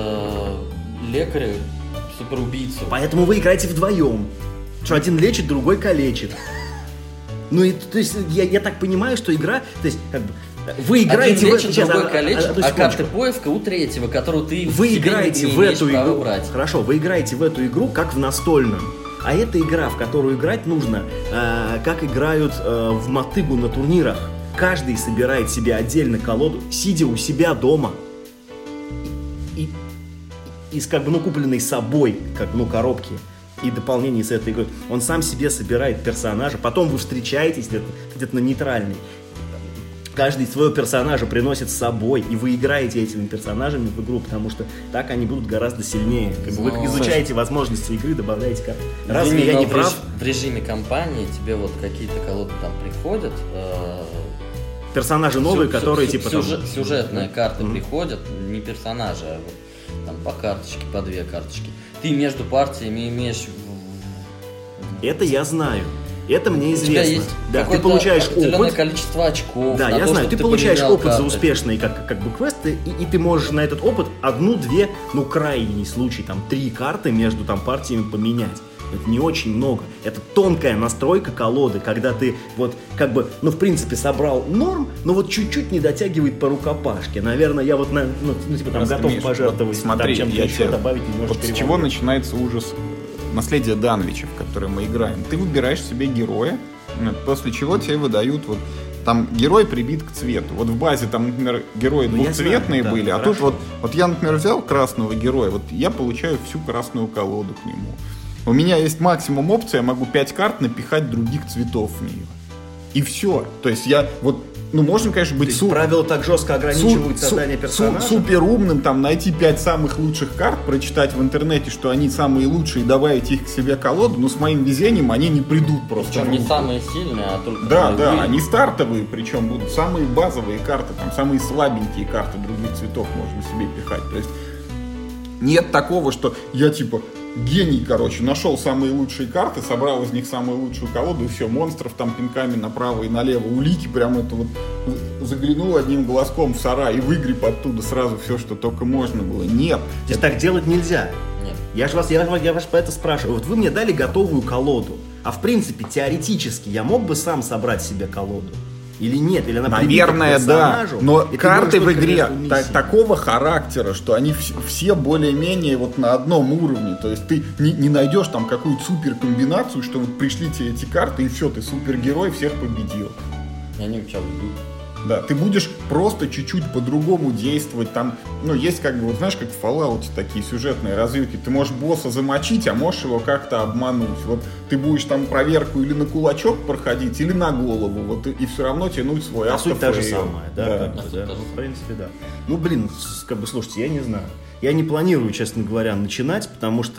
лекаря суперубийцу. Поэтому вы играете вдвоем. Что один лечит, другой калечит. Ну, и, то есть, я так понимаю, что игра... То есть, как бы, вы играете... Один лечит, другой калечит, а карты поиска у третьего, которую ты вы играете в эту игру. Брать. Хорошо, вы играете в эту игру, как в настольном. А это игра, в которую играть нужно, как играют в мотыгу на турнирах. Каждый собирает себе отдельно колоду, сидя у себя дома. И из купленной собой, коробки и дополнений с этой игрой. Он сам себе собирает персонажа, потом вы встречаетесь где-то на нейтральной. Каждый своего персонажа приносит с собой, и вы играете этими персонажами в игру, потому что так они будут гораздо сильнее. Вы изучаете возможности игры, добавляете карты. Разве я не прав? В режиме кампании тебе вот какие-то колоды там приходят. Персонажи новые, которые типа сюжетные карты приходят, не персонажи, а вот там по карточке, по две карточки. Ты между партиями имеешь... Это я знаю. Это мне известно. У тебя есть ты получаешь определенное опыт. Количество очков. Да, я знаю. Ты получаешь опыт за успешные квесты, и ты можешь на этот опыт одну-две, крайний случай, 3 карты между партиями поменять. Это не очень много. Это тонкая настройка колоды, когда ты в принципе собрал норм, но чуть-чуть не дотягивает по рукопашке. Наверное, я готов пожертвовать, смотри, чем-то еще добавить немножко. С чего начинается ужас наследия Данвича, в которое мы играем? Ты выбираешь себе героя, после чего тебе выдают там герой прибит к цвету. Вот в базе там, например, герои двухцветные были, а тут вот я, например, взял красного героя, я получаю всю красную колоду к нему. У меня есть максимум опций, я могу 5 карт напихать других цветов в нее. И все. То есть я можно, конечно, быть правила так жестко ограничивают создание персонажа. Супер умным, найти 5 самых лучших карт, прочитать в интернете, что они самые лучшие, и добавить их к себе колоду, но с моим везением они не придут просто. Причем не самые сильные, а только... Да, они стартовые, причем будут самые базовые карты, самые слабенькие карты других цветов можно себе пихать. То есть нет такого, что я гений, нашел самые лучшие карты, собрал из них самую лучшую колоду, и все, монстров пинками направо и налево, улики, заглянул одним глазком в сарай и выгреб оттуда сразу все, что только можно было. Нет. Здесь так делать нельзя. Нет. Я вас по это спрашиваю. Вы мне дали готовую колоду, а в принципе, теоретически, я мог бы сам собрать себе колоду? Или нет? Или она наверное, да. Но карты в игре такого характера, что они все более-менее на одном уровне. То есть ты не найдешь какую-то супер комбинацию, что пришли тебе эти карты, и все, ты супергерой, всех победил. И они у тебя уйдут. Да, ты будешь просто чуть-чуть по-другому действовать. Есть знаешь, как в Fallout такие сюжетные развилки. Ты можешь босса замочить, а можешь его как-то обмануть. Ты будешь проверку или на кулачок проходить, или на голову. И все равно тянуть свой автофейл. Суть та же самая, да? В принципе, да. Слушайте, я не знаю. Я не планирую, честно говоря, начинать, потому что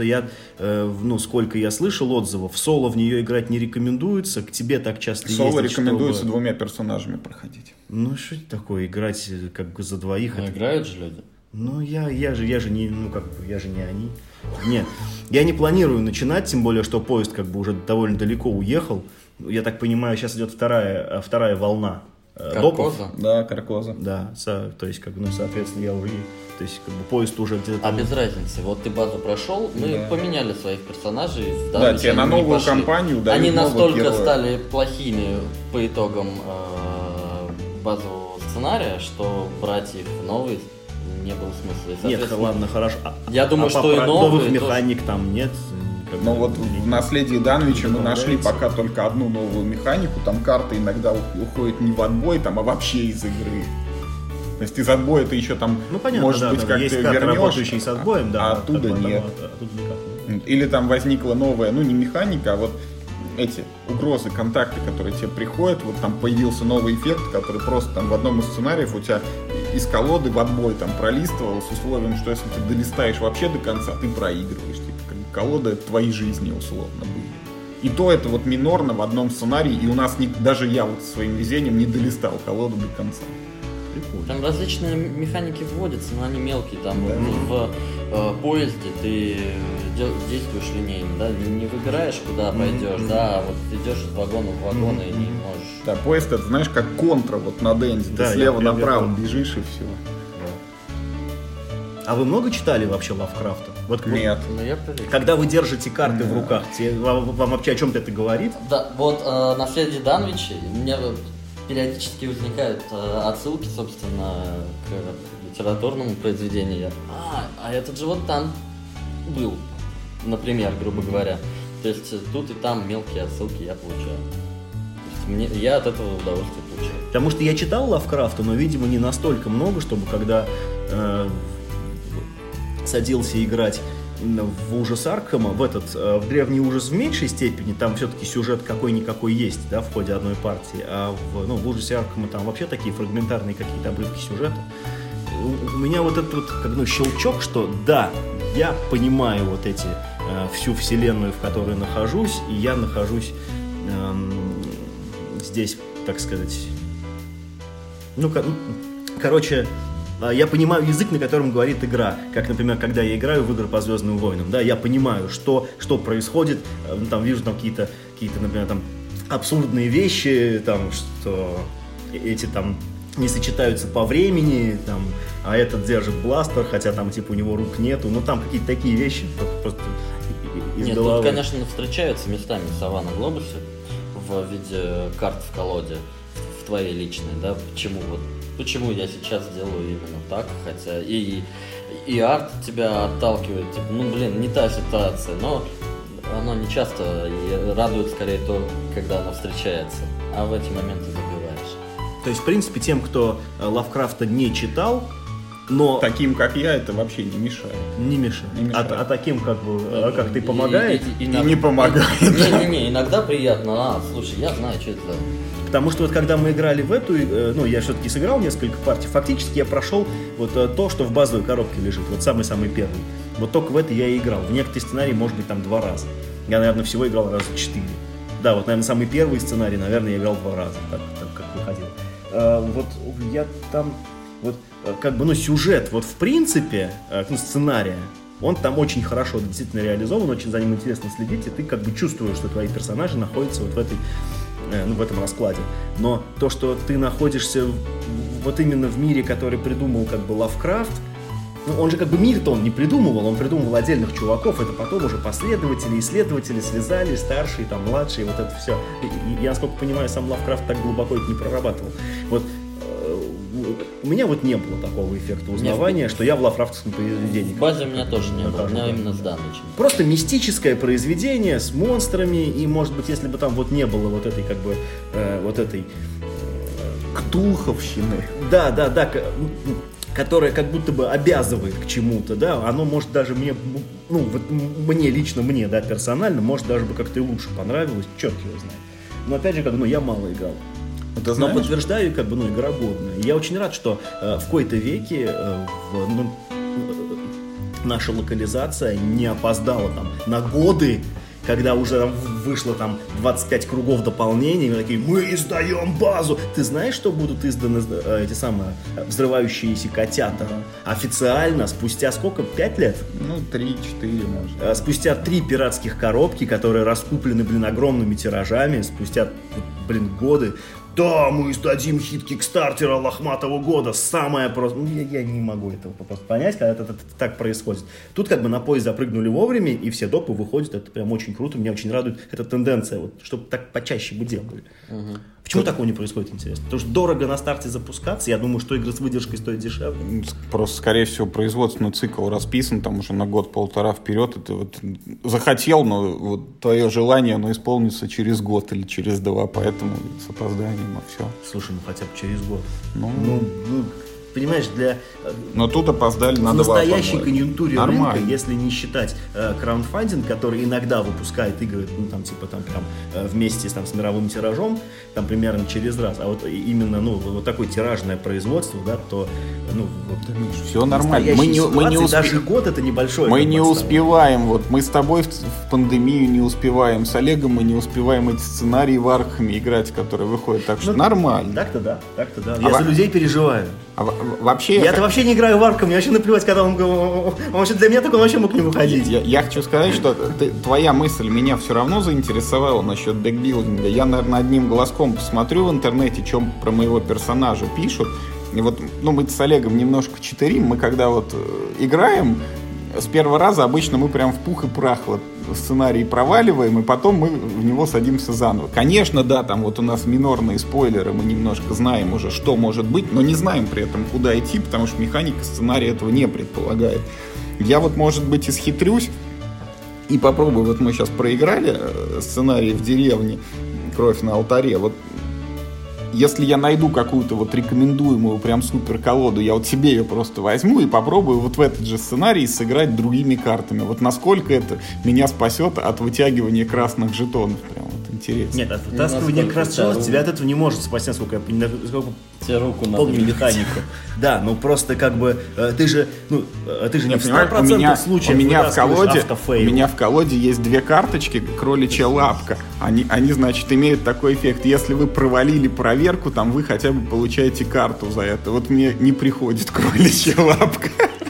сколько я слышал отзывов, соло в нее играть не рекомендуется, к тебе так часто ездить, соло рекомендуется 2 персонажами проходить. Что это такое, играть за двоих? Играют же люди. Ну, я же не, ну, как бы, я же не они. Нет, я не планирую начинать, тем более, что поезд как бы уже довольно далеко уехал. Я так понимаю, сейчас идет вторая волна допов. Да, Каркоза. Да, то есть, как бы, ну, соответственно, я уже, то есть, как бы, поезд уже где-то... А без разницы, вот ты базу прошел, мы поменяли своих персонажей. Да, тебе на новую компанию дают они настолько героя. стали плохими по итогам базового сценария, что брать их в новый не было смысла. Нет, ладно, хорошо. Я думаю, что и новых механик там нет. Но вот в «Наследии Данвича» мы нашли пока только одну новую механику. Там карта иногда уходит не в отбой, там, а вообще из игры. То есть из отбоя ты еще там, ну, понятно, может быть, как есть ты карты, вернешь, работающие с отбоем, да, а оттуда нет. Оттуда никак. Или там возникла новая, ну не механика, а вот эти угрозы, контакты, которые тебе приходят. Вот там появился новый эффект, который просто там в одном из сценариев у тебя из колоды в отбой там пролистывал с условием, что если ты долистаешь вообще до конца, ты проигрываешь. Типа, как бы колода — это твои жизни условно были. И то это вот минорно в одном сценарии, и у нас даже я вот своим везением не долистал колоду до конца. Прикольно. Там различные механики вводятся, но они мелкие. Там в поезде ты действуешь линейно, да, не выбираешь, куда пойдешь, да, а вот идешь из вагона в вагон и не можешь. Да, поезд это, знаешь, как контра вот на Дензе. Да, ты слева я направо помню. бежишь и все. А вы много читали вообще Лавкрафта? Вот, Нет. Ну, я привык. Когда вы держите карты в руках, вам вообще о чем-то это говорит? Да, вот «Наследие Данвича», у меня периодически возникают отсылки, собственно, к литературному произведению. А этот же вот там был, например, грубо говоря. То есть тут и там мелкие отсылки я получаю. То есть я от этого удовольствие получаю. Потому что я читал Лавкрафта, но, видимо, не настолько много, чтобы когда садился играть в ужас Аркхема, в древний ужас в меньшей степени, там все-таки сюжет какой-никакой есть, да, в ходе одной партии, а в ужасе Аркхема там вообще такие фрагментарные какие-то обрывки сюжета. У меня вот этот вот щелчок, что да, я понимаю вот эти всю вселенную, в которой нахожусь, и я нахожусь здесь, так сказать, короче, я понимаю язык, на котором говорит игра. Как, например, когда я играю в игры по Звездным войнам, да, я понимаю, что происходит, там вижу там какие-то, например, там абсурдные вещи, там, что эти там не сочетаются по времени, там, а этот держит бластер, хотя там типа у него рук нету, ну там какие-то такие вещи просто из Нет, головы. тут, конечно, встречаются местами сова на глобусе в виде карт в колоде, в твоей личной, да, почему я сейчас делаю именно так, хотя и арт тебя отталкивает, типа, не та ситуация, но оно не часто и радует скорее то, когда оно встречается, а в эти моменты забываешь. То есть, в принципе, тем, кто Лавкрафта не читал, но... Таким, как я, это вообще не мешает. Не мешает. Не мешает. А таким, как бы, как ты, помогает? И не помогает. Не, иногда приятно. Слушай, я знаю, что это за... Потому что вот когда мы играли в эту, я все-таки сыграл несколько партий, фактически я прошел вот то, что в базовой коробке лежит, вот самый-самый первый. Вот только в это я и играл. В некоторые сценарии, может быть, там 2 раза. Я, наверное, всего играл раза 4. Да, вот, наверное, самый первый сценарий, наверное, я играл 2 раза, так как выходил. Вот я там, вот, как бы, сюжет, вот, в принципе, сценария, он там очень хорошо действительно реализован, очень за ним интересно следить, и ты как бы чувствуешь, что твои персонажи находятся вот в этом раскладе. Но то, что ты находишься вот именно в мире, который придумал как бы Лавкрафт, он же как бы мир-то он не придумывал, он придумывал отдельных чуваков, это потом уже последователи, исследователи связали, старшие, там, младшие, вот это все. И я, насколько понимаю, сам Лавкрафт так глубоко это не прорабатывал. Вот у меня вот не было такого эффекта узнавания, что я в лавкрафтовском произведении. В базе у меня тоже не было, у меня именно с Данвичем. Просто мистическое произведение с монстрами, и, может быть, если бы там вот не было вот этой, как бы, вот этой... Ктулховщины. Да, которая как будто бы обязывает к чему-то, да, оно может даже мне, мне лично, да, персонально, может даже бы как-то и лучше понравилось, черт его знает. Но опять же, как бы, я мало играл. Но подтверждаю, как бы, игра годная. Я очень рад, что в кои-то веке наша локализация не опоздала там на годы когда уже там вышло там 25 кругов дополнений, мы такие, мы издаем базу. Ты знаешь, что будут изданы эти самые взрывающиеся котята? Официально, спустя сколько? 5 лет? Ну, 3-4, может. Спустя 3 пиратских коробки, которые раскуплены, огромными тиражами, спустя, годы. Да, мы издадим хит Кикстартера лохматого года. Самое просто... я не могу этого просто понять, когда это так происходит. Тут на поезд запрыгнули вовремя, и все допы выходят. Это прям очень круто. Меня очень радует эта тенденция, чтобы так почаще бы делали. Угу. Почему такого не происходит, интересно? Потому что дорого на старте запускаться. Я думаю, что игры с выдержкой стоят дешевле. Просто, скорее всего, производственный цикл расписан там уже на год-полтора вперед. И ты захотел, но твое желание, оно исполнится через год или через 2, поэтому с опозданием, все. Слушай, хотя бы через год. Ну, понимаешь, но тут опоздали на 2. В настоящей конъюнктуре нормально. рынка, если не считать краундфандинг, который иногда выпускает игры, вместе с мировым тиражом, примерно через раз, а именно, такое тиражное производство, да, то, все нормально. Даже год это небольшое. Мы не успеваем, мы с тобой в пандемию не успеваем, с Олегом мы не успеваем эти сценарии в Аркхаме играть, которые выходят, так что нормально. Так-то да. Я за людей переживаю. Я-то вообще не играю в Аркхам, мне вообще наплевать, когда он вообще для меня только он вообще мог не выходить. Я хочу сказать, что твоя мысль меня все равно заинтересовала насчет декбилдинга. Я, наверное, одним глазком посмотрю в интернете, что про моего персонажа пишут. И мы с Олегом немножко читерим. Мы когда играем, с первого раза обычно мы прям в пух и прах сценарий проваливаем, и потом мы в него садимся заново. Конечно, да, там у нас минорные спойлеры, мы немножко знаем уже, что может быть, но не знаем при этом, куда идти, потому что механика сценария этого не предполагает. Я может быть, исхитрюсь и попробую. Мы сейчас проиграли сценарий в деревне «Кровь на алтаре». Если я найду какую-то рекомендуемую прям супер колоду, я себе ее просто возьму и попробую в этот же сценарий сыграть другими картами. Насколько это меня спасет от вытягивания красных жетонов. Прям интересно. Нет, от вытаскивания красных жетонов тебя от этого не может спасти, насколько я понимаю. Тебе руку надо. Помню механику. Да, просто ты же не в 100% случаев у меня автофейл. У меня в колоде есть 2 карточки кроличья лапка. Они, значит, имеют такой эффект. Если вы провалили проверку, вы хотя бы получаете карту за это. Мне не приходит кроличья лапка.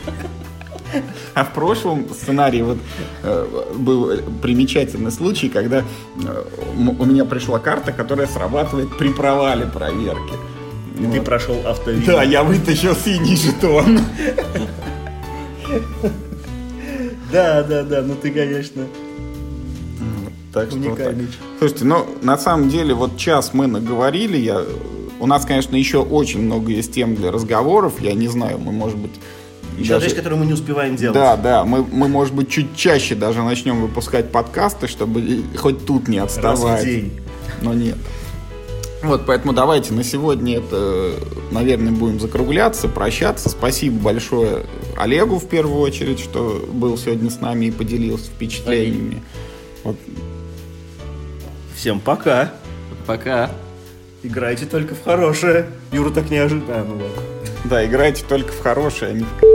А в прошлом сценарии был примечательный случай, когда у меня пришла карта, которая срабатывает при провале проверки. И ты прошел автовид. Да, я вытащил синий жетон. Да, ты, конечно, так что уникальный. Слушайте, на самом деле, час мы наговорили. У нас, конечно, еще очень много есть тем для разговоров. Я не знаю, мы, может быть... Еще вещь, которую мы не успеваем делать. Да, мы, может быть, чуть чаще даже начнем выпускать подкасты, чтобы хоть тут не отставать. Раз в день. Но нет. Поэтому давайте на сегодня наверное, будем закругляться, прощаться. Спасибо большое Олегу, в первую очередь, что был сегодня с нами и поделился впечатлениями. Всем пока. Пока. Играйте только в хорошее. Юра так неожиданно. Да, играйте только в хорошее, а не в